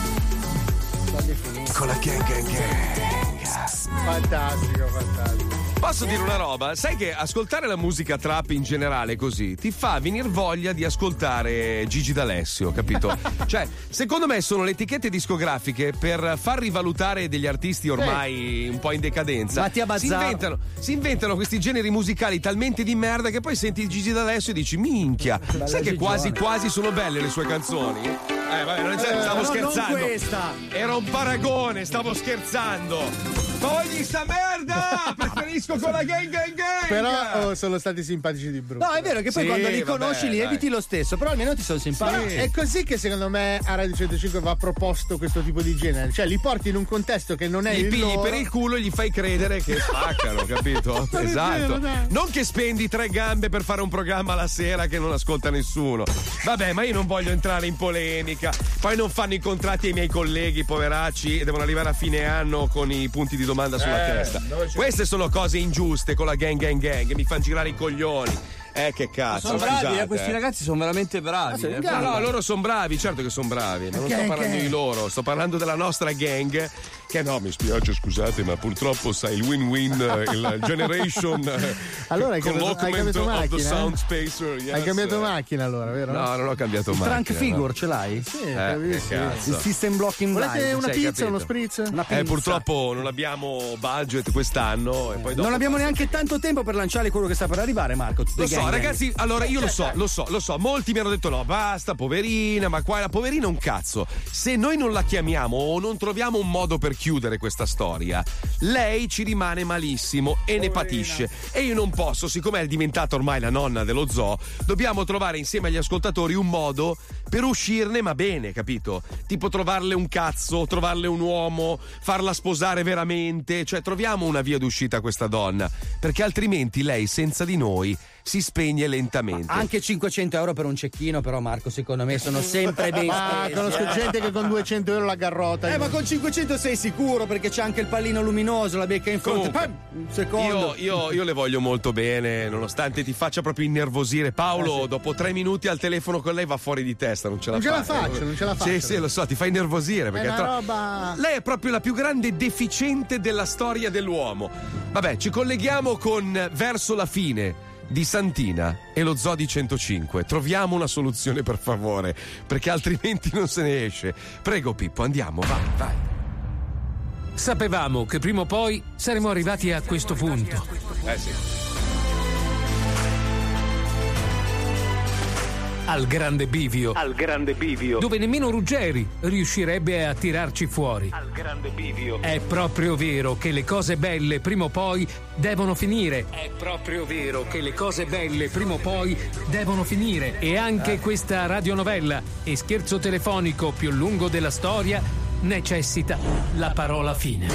Con la gang gang gang. Fantastico, fantastico. Posso dire una roba? Sai che ascoltare la musica trap in generale così ti fa venire voglia di ascoltare Gigi D'Alessio, capito? Cioè, secondo me sono le etichette discografiche per far rivalutare degli artisti ormai un po' in decadenza. Mattia Si Bazzar. inventano, si inventano questi generi musicali talmente di merda che poi senti Gigi D'Alessio e dici minchia, sai che quasi quasi sono belle le sue canzoni? Eh vabbè, non è- Eh, stavo però non scherzando. questa. Era un paragone, stavo scherzando. Togli sta merda! Preferisco con la gang gang gang! Però oh, sono stati simpatici di brutto. No, è vero che poi Sì, quando li vabbè, conosci li dai. eviti lo stesso, però almeno ti sono simpatici. Però è così che secondo me a Radio centocinque va proposto questo tipo di genere. Cioè li porti in un contesto che non è Li il pigli loro. per il culo e gli fai credere che spaccano, capito? Non è Esatto. vero, dai. Non che spendi tre gambe per fare un programma la sera che non ascolta nessuno. Vabbè, ma io non voglio entrare in polemica. Poi non fanno i contratti ai miei colleghi, poveracci, e devono arrivare a fine anno con i punti di domanda sulla Eh, testa. dove c'è- Queste sono cose ingiuste con la gang gang gang che mi fanno girare i coglioni. Eh, che cazzo. Sono bravi, scusate, eh, questi eh. ragazzi sono veramente bravi. eh. No, no, loro sono bravi, certo che sono bravi, ma non sto Gang, parlando gang. di loro, sto parlando della nostra gang. Che no, mi spiace, scusate, ma purtroppo sai il win-win, eh, il generation. eh, Allora hai cambiato, hai Colloqument cambiato of the macchina? sound eh? spacer, yes. Hai cambiato macchina allora, vero? No, non ho cambiato Il macchina. trunk figure no. ce l'hai? Sì, Eh, bravissimo. che cazzo. Il system blocking Volete blind. una Sai, pizza, capito. uno spritz? Una Eh, pizza. purtroppo non abbiamo budget quest'anno e poi dopo Non abbiamo neanche tanto tempo per lanciare quello che sta per arrivare, Marco. Lo so, ragazzi, allora io lo so, lo so, lo so. Molti mi hanno detto no, basta, poverina, ma qua la poverina è un cazzo. Se noi non la chiamiamo o non troviamo un modo per chiudere questa storia, lei ci rimane malissimo e ne patisce. E io non posso, siccome è diventata ormai la nonna dello zoo, dobbiamo trovare insieme agli ascoltatori un modo per uscirne, ma bene, capito? Tipo trovarle un cazzo, trovarle un uomo, farla sposare veramente. Cioè, troviamo una via d'uscita a questa donna, perché altrimenti lei senza di noi si spegne lentamente. Anche cinquecento euro per un cecchino, però, Marco, secondo me sono sempre ben Ma spesi. conosco eh. gente che con duecento euro la garrota. Eh, ma con cinquecento sei sicuro, perché c'è anche il pallino luminoso, la becca in fronte. Comunque, Pam, un secondo. Io, io, io le voglio molto bene, nonostante ti faccia proprio innervosire. Paolo, Eh, sì. dopo tre minuti al telefono con lei va fuori di testa, non ce la Non ce fa. la faccio, non ce la faccio. Sì, sì, lo so, ti fa innervosire. Perché È una tra- roba. Lei è proprio la più grande deficiente della storia dell'uomo. Vabbè, ci colleghiamo con Verso la fine di Santina e lo Zoo di centocinque. Troviamo una soluzione, per favore, perché altrimenti non se ne esce. Prego, Pippo, andiamo, vai, vai. Sapevamo che prima o poi saremmo arrivati a questo punto. Eh sì. Al grande bivio. Al grande bivio. Dove nemmeno Ruggeri riuscirebbe a tirarci fuori. Al grande bivio. È proprio vero che le cose belle prima o poi devono finire. È proprio vero che le cose belle prima o poi devono finire. E anche questa radionovella e scherzo telefonico più lungo della storia necessita la parola fine.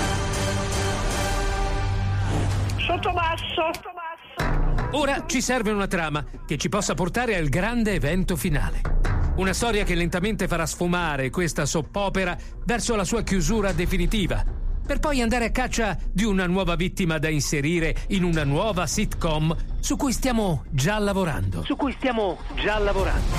Sotto basso. Ora ci serve una trama che ci possa portare al grande evento finale. Una storia che lentamente farà sfumare questa soppopera verso la sua chiusura definitiva, per poi andare a caccia di una nuova vittima da inserire in una nuova sitcom su cui stiamo già lavorando. Su cui stiamo già lavorando.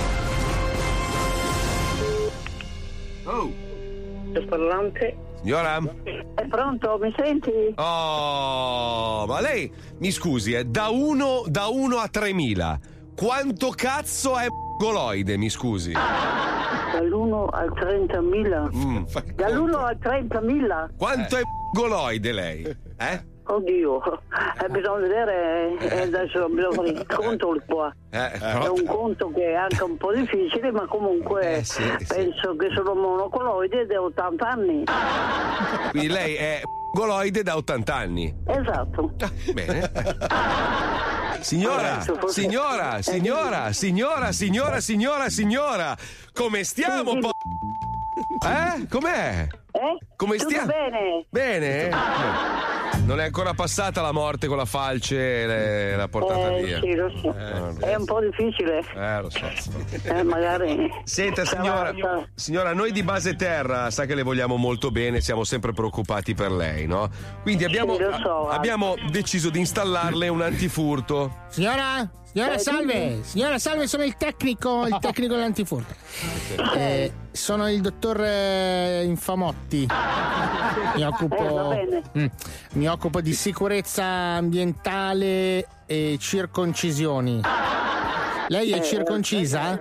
Oh. Il parlante. Signora? È pronto, mi senti? Oh, ma lei, mi scusi, eh, da uno da uno a tremila, quanto cazzo è goloide, mi scusi? Dall'uno al trentamila. Mm, Dall'uno al trentamila. Quanto è goloide lei? Eh? Oddio, eh, bisogna vedere, eh, adesso bisogna fare il conto qua. Eh, È un conto che è anche un po' difficile, ma comunque Eh, sì, penso che sono monocoloide da ottanta anni. Quindi lei è goloide da ottanta anni. Esatto. Bene. Signora, Adesso forse- signora, Eh, signora, signora, signora, signora, signora, come stiamo? Sì, sì. po- Eh? Com'è? Eh? Come Tutto stiamo? bene? Bene? Non è ancora passata la morte con la falce e le- l'ha portata Eh, via. sì, lo so. Eh, È un po' difficile. Eh, lo so. Eh, magari. Senta signora, Sarà- signora, noi di Base Terra sa che le vogliamo molto bene, siamo sempre preoccupati per lei, no? Quindi abbiamo, Sì, lo so, a- abbiamo deciso di installarle un antifurto. Signora? Signora, Eh, salve! dimmi. Signora, salve, sono il tecnico, il tecnico dell'antifurto. Eh, sono il dottor eh, Infamotti. Mi Eh, va occupo, bene. Mm, mi occupo di sicurezza ambientale e circoncisioni. Lei è Eh, circoncisa?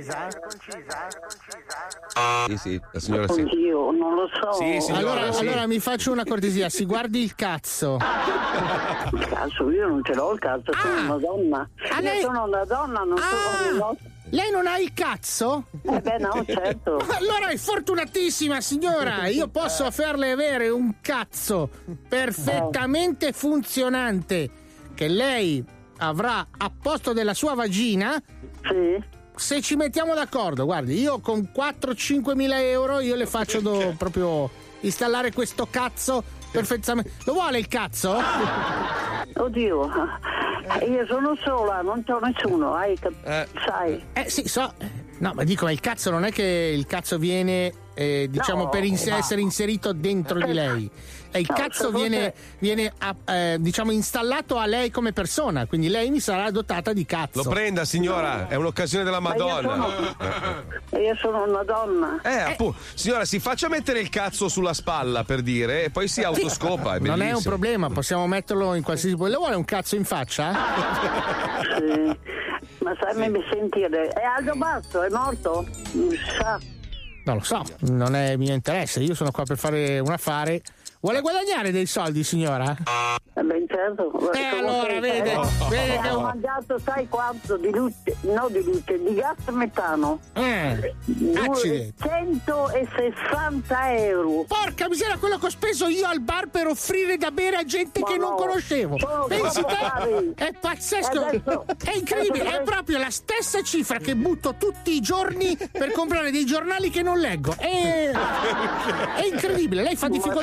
Sì, sì, la signora sì. Oddio, non lo so. Sì, signora, Allora, sì. allora mi faccia una cortesia, si guardi il cazzo. Cazzo, io non ce l'ho il cazzo, sono una donna. Ah, Io lei- sono una donna, non sono una... Lei non ha il cazzo? Eh beh no, certo. Allora è fortunatissima signora, io posso farle avere un cazzo perfettamente funzionante che lei avrà a posto della sua vagina. Sì. Se ci mettiamo d'accordo, guardi, io con quattro-cinque mila euro io le faccio do- proprio installare questo cazzo perfettamente. Lo vuole il cazzo? Oddio, io sono sola, non c'ho nessuno, hai cap- sai. Eh sì, so. No, ma dico, ma il cazzo non è che il cazzo viene, eh, diciamo, No, per ins- ma- essere inserito dentro di lei. E il No, cazzo secondo viene, te- viene a- eh, diciamo, installato a lei come persona, quindi lei mi sarà dotata di cazzo. Lo prenda signora, è un'occasione della Ma io Madonna. sono- Io sono una donna. Eh, appunto, signora, si faccia mettere il cazzo sulla spalla per dire e poi si autoscopa. È Non è un bellissimo. problema, possiamo metterlo in qualsiasi. Le vuole un cazzo in faccia? Sì. Ma sai mi sentire. È Aldo Basso, è morto? Non si sa. Non lo so, non è mio interesse, io sono qua per fare un affare. Vuole guadagnare dei soldi, signora? Eh ben certo. Eh, allora, vede, vede che- ho mangiato, sai quanto? Di luce, no di luce, di gas metano. Eh, accidenti. duecentosessanta euro. Porca miseria, quello che ho speso io al bar per offrire da bere a gente Ma che non no, conoscevo. sono Pensi troppo te? cari. È pazzesco, Adesso- è incredibile, adesso- è proprio la stessa cifra che butto tutti i giorni per comprare dei giornali che non leggo. È, è incredibile, lei fa Ma difficoltà a sono pagarli.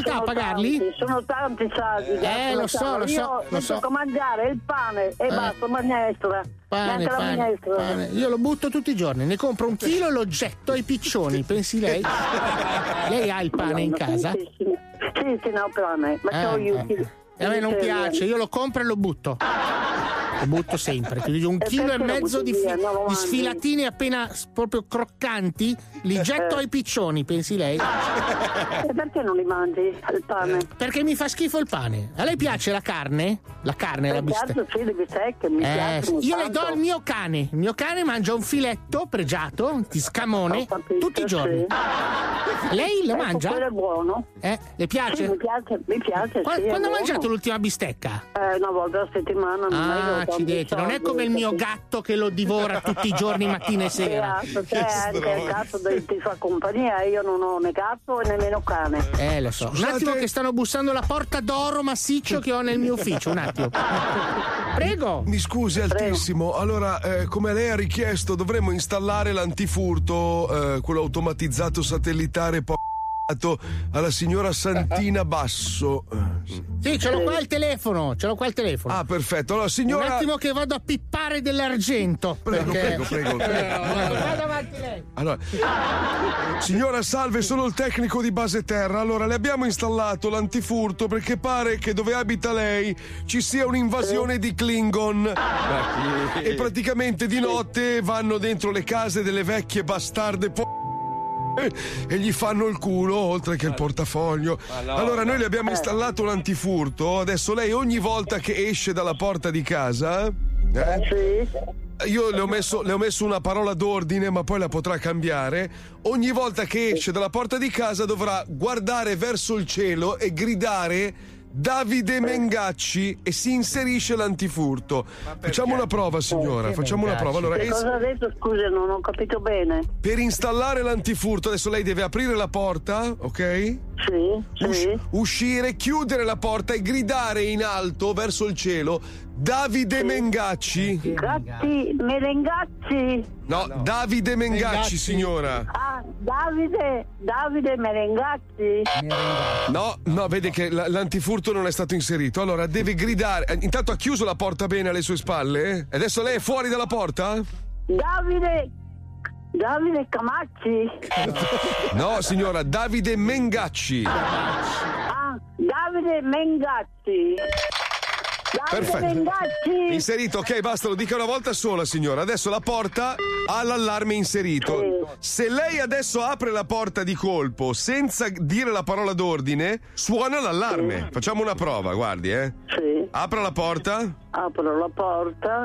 Carli? Tanti, sono tanti saldi. Eh, lo so, lo so, Io lo so. tocco mangiare il pane e Eh. basta, minestra. Pane, Neanche la pane, minestra. pane. Io lo butto tutti i giorni, ne compro un chilo e lo getto ai piccioni, pensi lei? Lei ha il pane in casa? Sì, sì, sì, sì, no, pane. Ma Eh, c'ho io. eh. E a me non piace, io lo compro e lo butto. Lo butto sempre. Ti dico un E chilo e perché lo mezzo butti di, via? fi- Non lo di mangi? sfilatini appena s- proprio croccanti, li getto ai piccioni, pensi lei? E perché non li mangi il pane? Perché mi fa schifo il pane. A lei piace la carne? La carne, la Eh, bistecca. certo, sì, le bistecche, mi Eh, piacciono io le tanto. do al mio cane. Il mio cane mangia un filetto pregiato di scamone tutti i giorni. Lei le Ecco, mangia? quello è buono. Eh, le piace? Sì, mi piace, mi piace. Qua- sì, è quando ha buono. mangiato l'ultima bistecca? Eh, una volta a settimana. non è che ho Ah, tanti accidenti, non è soldi, come il mio capito? gatto che lo divora tutti i giorni, mattina e sera. Beato, te anche il gatto del- ti fa compagnia, io non ho né gatto e nemmeno cane. Eh, lo so. Un attimo che stanno bussando alla porta d'oro massiccio che ho nel mio ufficio, un attimo. Prego. Mi scusi altissimo, allora eh, come lei ha richiesto dovremmo installare l'antifurto, eh, quello automatizzato satellitare po- alla signora Santina Basso. Sì, ce l'ho qua al telefono, ce l'ho qua al telefono. Ah, perfetto. Allora, signora... Un attimo che vado a pippare dell'argento. Prego, perché- prego, prego, prego. Vado avanti lei. Allora, signora, salve, sono il tecnico di base terra. Allora, le abbiamo installato l'antifurto perché pare che dove abita lei ci sia un'invasione di Klingon. E praticamente di notte vanno dentro le case delle vecchie bastarde po- e gli fanno il culo oltre che il portafoglio. no, Allora noi le abbiamo eh. installato l'antifurto. Adesso lei ogni volta che esce dalla porta di casa eh, io le ho, messo, le ho messo una parola d'ordine, ma poi la potrà cambiare. Ogni volta che esce dalla porta di casa dovrà guardare verso il cielo e gridare Davide Mengacci e si inserisce l'antifurto. Facciamo una prova, signora. Facciamo una prova. Allora, Che es- cosa ha detto? Scusa, non ho capito bene. per installare l'antifurto, adesso lei deve aprire la porta, ok? Sì, Us- uscire, chiudere la porta e gridare in alto verso il cielo Davide Mengacci. Gatti, merengacci. No, Davide Mengacci, Mengacci. signora. Ah, Davide, Davide Merengacci. No, no, vede che l- l'antifurto non è stato inserito. Allora deve gridare. eh, Intanto ha chiuso la porta bene alle sue spalle? eh? E adesso lei è fuori dalla porta? Davide, Davide Camacci. No, signora, Davide Mengacci. Ah, Davide Mengacci. Davide Perfetto. Mengacci. Inserito, ok, basta, lo dica una volta sola, signora. Adesso la porta ha l'allarme inserito. Se lei adesso apre la porta di colpo senza dire la parola d'ordine, suona l'allarme. Facciamo una prova, guardi, eh. Sì. Apra la porta. Apro la porta.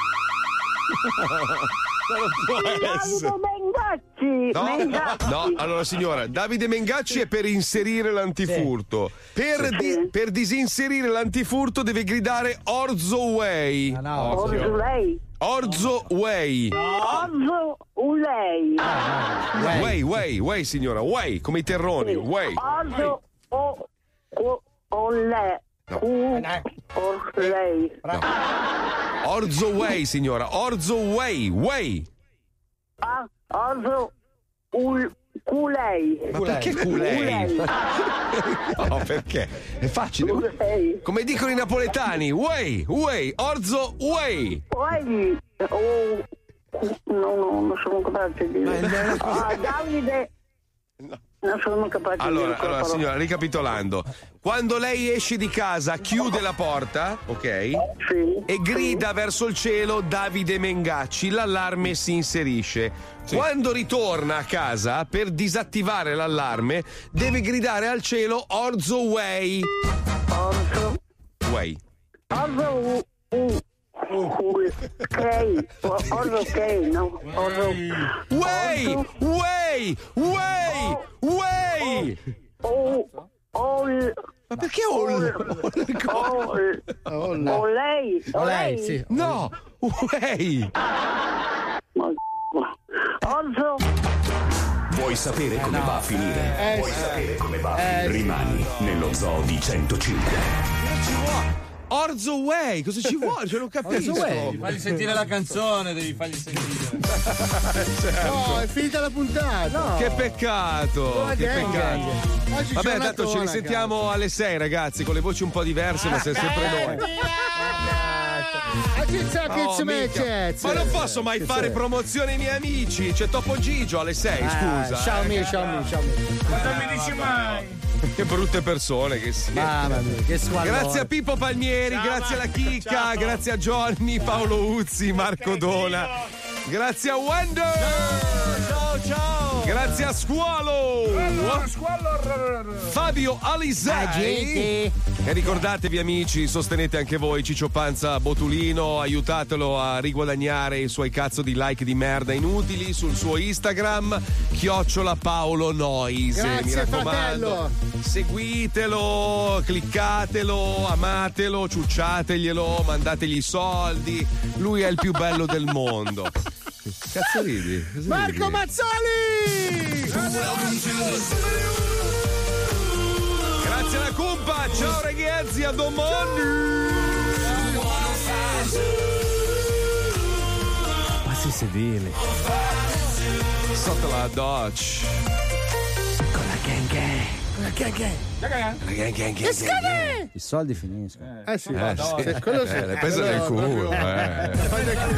Davide Mengacci. No, Mengacci. no, allora signora, Davide Mengacci è per inserire l'antifurto. Per, di- per disinserire l'antifurto deve gridare Orzo Way. Orzo lei. Orzo Way. Orzo Ulei. Way, way, way, signora, way, come i terroni, way. Orzo o o o lei. U o lei. Orzo Way, signora, Orzo Way, way. Ah, Orzo ul culei. Ma perché culei? No, perché? È facile. Come dicono i napoletani, way, way, Orzo Way. Poi oh, no, no, non sono capace di dire. Ah, Davide. Non sono capace di Allora, dire quella allora, parola. signora, ricapitolando. Quando lei esce di casa, chiude la porta, ok? E grida verso il cielo Davide Mengacci, l'allarme si inserisce. Quando ritorna a casa, per disattivare l'allarme, deve gridare al cielo Orzo Way. Orzo Way. Orzo u u ok. Orzo ok, no. Orzo Way! Way! Way! Way! O o Ma perché Ol? O lei. O lei, sì. No! Way! Orzo. Vuoi sapere come va a finire? Eh, Vuoi sì. sapere come va a Eh, finire? sì. Rimani nello Zoo di centocinque. Orzo Way, cosa ci vuole? Cioè, non capisco. Devi fargli sentire la canzone, devi fargli sentire. Certo. No, è finita la puntata. No. Che peccato, Oh, che gang, peccato. gang. Oggi Vabbè, giornatona, tanto ci risentiamo alle sei, ragazzi, con le voci un po' diverse, ma siamo sempre noi. Oh, mica. Ma non posso mai fare promozione ai miei amici. C'è Topo Gigio alle sei, scusa. Ciao eh. mi, ciao mi, ciao mi. Non mi dici mai. Che brutte persone che siete. Mamma mia, che squallore. Grazie a Pippo Palmieri, Ciao, grazie alla Marco. Chicca, Ciao. grazie a Johnny, Paolo Uzzi, Marco Dona. Grazie a Wender. Ciao, ciao. Grazie a Squalo. Fabio Alisei. Agenti. E ricordatevi amici, sostenete anche voi Ciccio Panza Botulino, aiutatelo a riguadagnare i suoi cazzo di like di merda inutili sul suo Instagram, chiocciola Paolo Noise. Grazie, mi raccomando. fratello. Seguitelo, cliccatelo, amatelo, ciucciateglielo, mandategli i soldi. Lui è il più bello del mondo. Cazzo ridi? Cosa Marco ridi? Mazzoli! Grazie alla cumpa, ciao ragazzi, a domani! Passi sedile. Sotto la doccia. Con la gang gang. Con la gang gang. La gang, gang, gang, Che scade! I soldi finiscono. Eh sì, Eh, no, sì. se- quello sì. Eh, le pesa nel culo, eh.